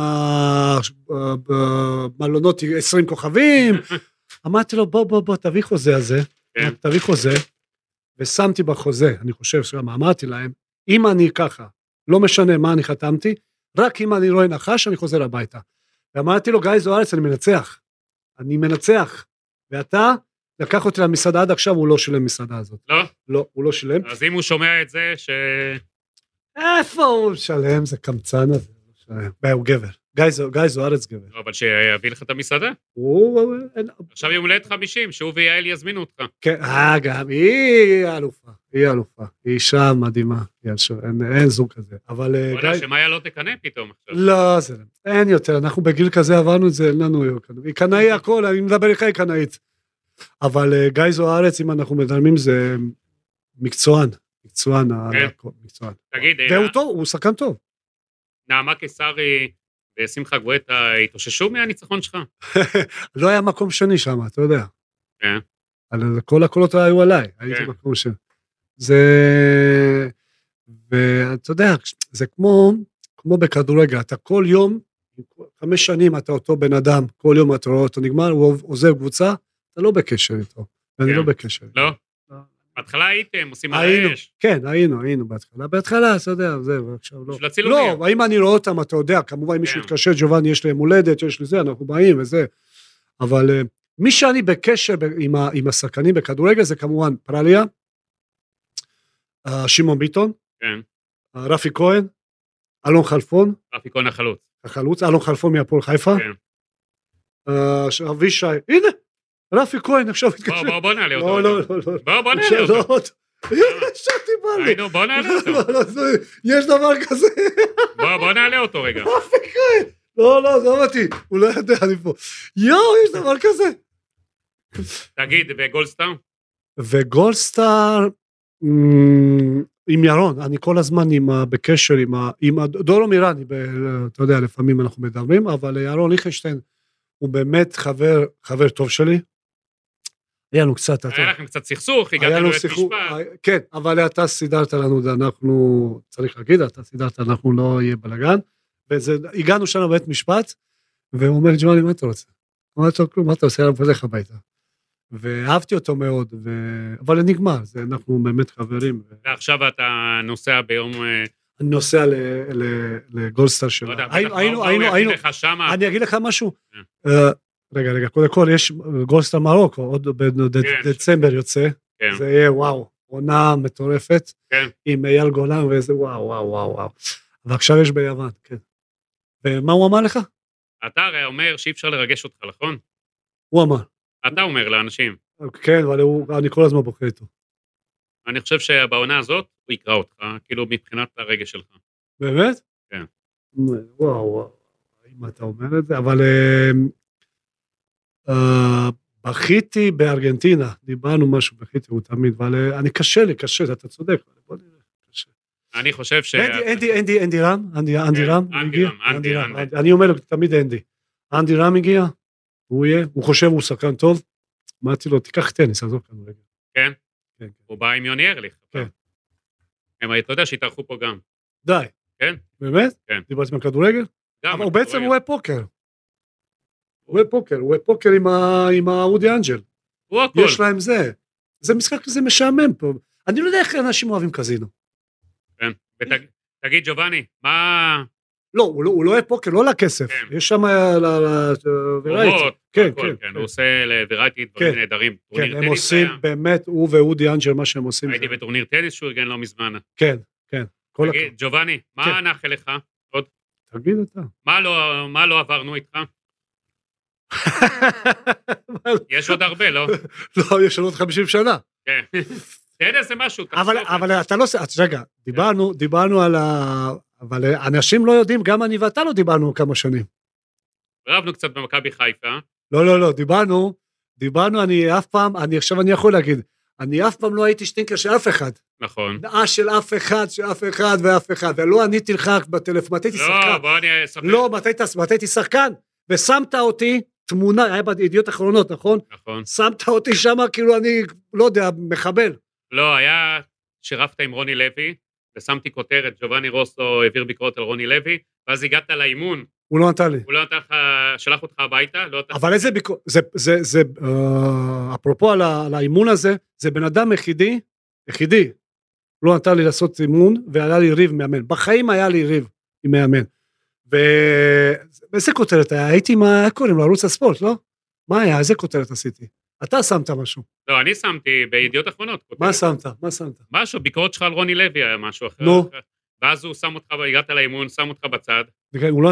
Speaker 3: המלונות 20 כוכבים, אמרתי לו, בוא, תביא חוזה הזה, תביא חוזה, ושמתי בחוזה, אני חושב אמרתי להם, אם אני ככה, לא משנה מה אני חתמתי, רק אם אני רואה נחש, אני חוזר הביתה. ואמרתי לו, גיא זוארץ, אני מנצח, ואתה לקח אותי למסעדה עד עכשיו, הוא לא שילם מסעדה הזאת.
Speaker 2: לא?
Speaker 3: לא, הוא לא שילם.
Speaker 2: אז אם הוא שומע את זה,
Speaker 3: איפה הוא שלם, זה קמצן הזה. הוא גבר. גיא זוארץ גבר.
Speaker 2: לא, אבל שיביא לך את המסעדה. עכשיו יום הולדת 50, שהוא ויעל יזמינו אותך.
Speaker 3: כן, גם היא אלופה, היא אישה מדהימה, אין זוג כזה, אבל
Speaker 2: גיא... אתה יודע שמאיה לא תקנה פתאום עכשיו.
Speaker 3: לא, זה אין יותר, אנחנו בגיל כזה עברנו את זה, אין לנו, היא קנאי הכל, אני מדבר איתך, היא קנאית. אבל גיא זוארץ, אם אנחנו מדברים, זה מקצוען.
Speaker 2: תגיד,
Speaker 3: והוא טוב, הוא שחקן טוב.
Speaker 2: נעמה קיסרי ושמחה גואטה התאוששו מהניצחון שלך?
Speaker 3: לא היה מקום שני שם, אתה יודע.
Speaker 2: כן.
Speaker 3: כל הקולות היו עליי, הייתי מקום שני. זה, ואתה יודע, זה כמו בכדורגל, אתה כל יום, 5 שנים אתה אותו בן אדם, כל יום אתה רואה אותו נגמר, הוא עוזב קבוצה, אתה לא בקשר איתו, ואני לא בקשר.
Speaker 2: לא? בהתחלה הייתם, עושים על האש.
Speaker 3: כן, היינו בהתחלה, אתה יודע, זה, ועכשיו לא.
Speaker 2: של הצילומים.
Speaker 3: לא, אם אני רואה אותם, אתה יודע, כמובן, אם מישהו מתקשר, ג'ובאני, יש להם הולדת, יש לי זה, אנחנו באים וזה, אבל מי שאני בקשר עם השחקנים בכדורגל, זה כמובן פרליה, שמעון ביטון, רפי כהן, אלון חלפון,
Speaker 2: רפי כהן
Speaker 3: החלוץ, אלון חלפון מהפועל חיפה, אבישי, הנה, רפי כהן עכשיו התקשר.
Speaker 2: בוא נעלה אותו.
Speaker 3: לא.
Speaker 2: בוא נעלה אותו.
Speaker 3: שתי בא לי.
Speaker 2: בוא נעלה אותו.
Speaker 3: יש דבר כזה.
Speaker 2: בוא נעלה אותו רגע.
Speaker 3: רפי כהן. לא, זה אמרתי, הוא לא יודע, אני פה. יש דבר כזה.
Speaker 2: תגיד, וגולדסטאר?
Speaker 3: וגולדסטאר, עם ירון, אני כל הזמן בקשר עם דורו מירני, אתה יודע, לפעמים אנחנו מדברים, אבל ירון ליכטנשטיין, הוא באמת חבר טוב שלי. היה לנו קצת...
Speaker 2: היה לכם קצת סכסוך, הגעתם לבית משפט.
Speaker 3: כן, אבל אתה סידרת לנו, אנחנו, צריך להגיד, אתה סידרת, אנחנו לא יהיה בלגן, והגענו שם לבית משפט, והוא אומר לי, ג'ואני, מה אתה רוצה? אמרתי לו, כלום, מה אתה עושה? אני מפלך הביתה. ואהבתי אותו מאוד, אבל נגמר, אנחנו באמת חברים.
Speaker 2: ועכשיו אתה נוסע ביום...
Speaker 3: אני נוסע לגולדסטאר שלו. אני אגיד לך משהו. רגע, קודם כל יש גולדסטאר מרוקו, עוד בדצמבר יוצא. זה יהיה וואו, עונה מטורפת. עם אייל גולן וזה וואו. ועכשיו יש ביוון, כן. ומה הוא אמר לך?
Speaker 2: אתה הרי אומר שאי אפשר לרגש אותך, נכון?
Speaker 3: הוא אמר.
Speaker 2: אתה אומר לאנשים.
Speaker 3: כן, אבל אני כל הזמן בוחר איתו.
Speaker 2: אני חושב שבעונה הזאת הוא יקרא אותך, כאילו מבחינת הרגש שלך.
Speaker 3: באמת?
Speaker 2: כן.
Speaker 3: וואו, אם אתה אומר את זה, אבל בכיתי בארגנטינה, דיברנו משהו, בכיתי, הוא תמיד, אבל אני קשה, אתה צודק, בוא נראה, קשה.
Speaker 2: אני חושב ש...
Speaker 3: אנדי רם, אני אומר לו תמיד אנדי רם הגיע, הוא חושב הוא שחקן טוב, אמרתי לו, תיקח טניס, עזוב כאן רגע.
Speaker 2: כן? הוא בא עם יוני ארליך.
Speaker 3: כן.
Speaker 2: אתה יודע שהתארחו פה גם.
Speaker 3: די.
Speaker 2: כן?
Speaker 3: באמת?
Speaker 2: כן.
Speaker 3: דיברתי מהכדורגל? אבל הוא בעצם רואה פוקר. הוא רואה פוקר עם האודי אנג'ל.
Speaker 2: הוא הכל.
Speaker 3: יש להם זה. זה משחק כזה משעמם פה. אני לא יודע איך אנשים אוהבים קזינו.
Speaker 2: כן. תגיד, ג'ובאני, מה...
Speaker 3: לא, הוא לא אוהב פוקר, לא לכסף. יש שם
Speaker 2: וראיתי. כן. הוא עושה לווראיתי דברים נהדרים.
Speaker 3: כן, הם עושים באמת, הוא ואודי אנג'ל, מה שהם עושים.
Speaker 2: הייתי בטורניר טניס שהוא ארגן לא מזמן.
Speaker 3: כן.
Speaker 2: תגיד, ג'ובאני, מה נאחל לך?
Speaker 3: תגיד אתה.
Speaker 2: מה לא עברנו איתך? יש עוד הרבה, לא?
Speaker 3: לא, יש עוד 50 שנה.
Speaker 2: כן. תן איזה משהו.
Speaker 3: אבל אתה לא... רגע, דיברנו על אבל אנשים לא יודעים, גם אני ואתה לא דיברנו כמה שנים.
Speaker 2: רבנו קצת במכבי חיפה.
Speaker 3: לא, דיברנו, עכשיו אני יכול להגיד, אני אף פעם לא הייתי שטינקר של אף אחד.
Speaker 2: נכון.
Speaker 3: של אף אחד ואף אחד, ולא עניתי לך בטלפון, מתי הייתי שחקן.
Speaker 2: לא, בוא אני אספר.
Speaker 3: לא, מתי הייתי שחקן, ושמת אותי תמונה, היה בידיעות אחרונות, נכון?
Speaker 2: נכון.
Speaker 3: שמת אותי שם, כאילו אני, לא יודע, מחבל.
Speaker 2: לא, היה שרפת עם רוני לוי, ושמתי כותרת, ג'ובאני רוסו העביר ביקורת על רוני לוי, ואז הגעת לאימון.
Speaker 3: הוא לא נתן לי.
Speaker 2: הוא לא נתן לך, שלח אותך הביתה, לא נתן.
Speaker 3: אבל איזה ביקורת, זה, אפרופו על האימון הזה, זה בן אדם יחידי, לא נתן לי לעשות אימון, והיה לי ריב מאמן. בחיים היה לי ריב עם מאמן. ואיזה כותרת היה? הייתי עם קוראים לערוץ הספורט, לא? מה היה? איזה כותרת עשיתי? אתה שמת משהו.
Speaker 2: לא, אני שמתי בידיעות אחרונות.
Speaker 3: מה שמת?
Speaker 2: משהו, ביקורת שלך על רוני לוי היה משהו אחר.
Speaker 3: נו.
Speaker 2: ואז הוא שם אותך, הגעת לאימון, שם אותך בצד.
Speaker 3: הוא לא נתן לי.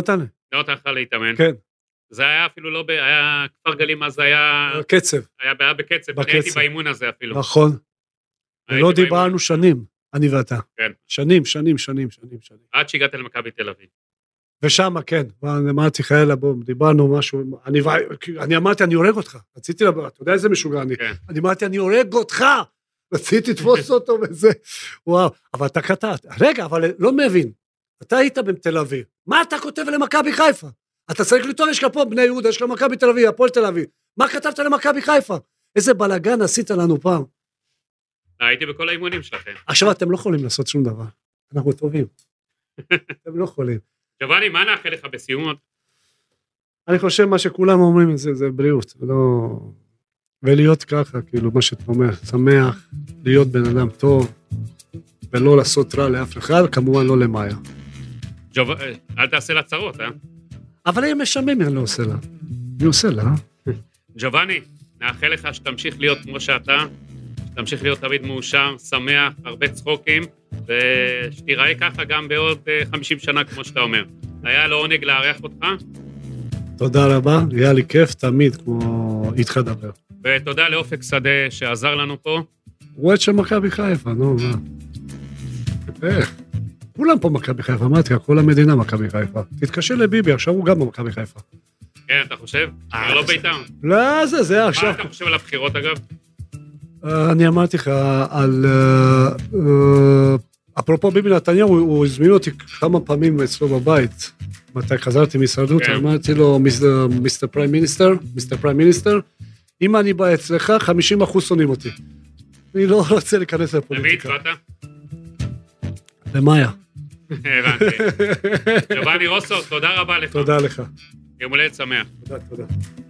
Speaker 2: לא נתן לך להתאמן.
Speaker 3: כן.
Speaker 2: זה היה אפילו לא, היה כפר גלים, אז היה...
Speaker 3: קצב.
Speaker 2: היה בקצב. אני הייתי באימון הזה אפילו.
Speaker 3: נכון. ולא דיברנו שנים, אני ואתה.
Speaker 2: כן.
Speaker 3: שנים.
Speaker 2: עד שהגעת למכבי תל אביב.
Speaker 3: ושם, כן, אמרתי, חיילה, בוא, דיברנו משהו, אני אמרתי, אני הורג אותך, רציתי לבוא, אתה יודע איזה משוגע אני, אני אמרתי, אני הורג אותך, רציתי לתפוס אותו וזה, וואו, אבל אתה קטעת, רגע, אבל לא מבין, אתה היית בתל אביב, מה אתה כותב למכבי חיפה? אתה צריך לטוב, יש לך פה בני יהודה, יש לך מכבי תל אביב, הפועל תל אביב, מה כתבת למכבי חיפה? איזה בלגן עשית לנו פעם?
Speaker 2: הייתי בכל האימונים שלכם.
Speaker 3: עכשיו אתם לא יכולים לעשות שום דבר, אנחנו טובים, אתם לא יכולים.
Speaker 2: ג'ובאני, מה נאחל לך בסיום?
Speaker 3: אני חושב מה שכולם אומרים זה בריאות, ולהיות ככה, כאילו מה שאתה אומר, שמח, להיות בן אדם טוב, ולא לעשות רע לאף אחד, כמובן לא למאיה.
Speaker 2: אל תעשה לה צרות, אה?
Speaker 3: אבל היא משמים, אני לא עושה לה. אני עושה לה.
Speaker 2: ג'ובאני, נאחל לך שתמשיך להיות כמו שאתה, שתמשיך להיות תמיד מאושר, שמח, הרבה צחוקים, ושתיראה ככה גם בעוד 50 שנה, כמו שאתה אומר. היה לו עונג לארח אותך.
Speaker 3: תודה רבה, היה לי כיף תמיד, כמו איתך דבר.
Speaker 2: ותודה לאופק שדה שעזר לנו פה.
Speaker 3: הוא עד של מכבי חיפה, נו, מה? איך? כולם פה מכבי חיפה, אמרתי, כל המדינה מכבי חיפה. תתקשר לביבי, עכשיו הוא גם במכבי חיפה.
Speaker 2: כן, אתה חושב? לא ביתם.
Speaker 3: לא, זה עכשיו.
Speaker 2: מה אתה חושב על הבחירות, אגב?
Speaker 3: אני אמרתי לך על... אפרופו ביבי נתניהו, הוא הזמין אותי כמה פעמים אצלו בבית. מתי חזרתי מהישרדות, אמרתי לו, מיסטר פריים מיניסטר, אם אני בא אצלך, 50% שונאים אותי. אני לא רוצה להיכנס לפוליטיקה.
Speaker 2: למי הצבעת?
Speaker 3: למאיה.
Speaker 2: הבנתי. ג'ובאני רוסו, תודה רבה לך.
Speaker 3: תודה לך.
Speaker 2: יום הולדת שמח.
Speaker 3: תודה.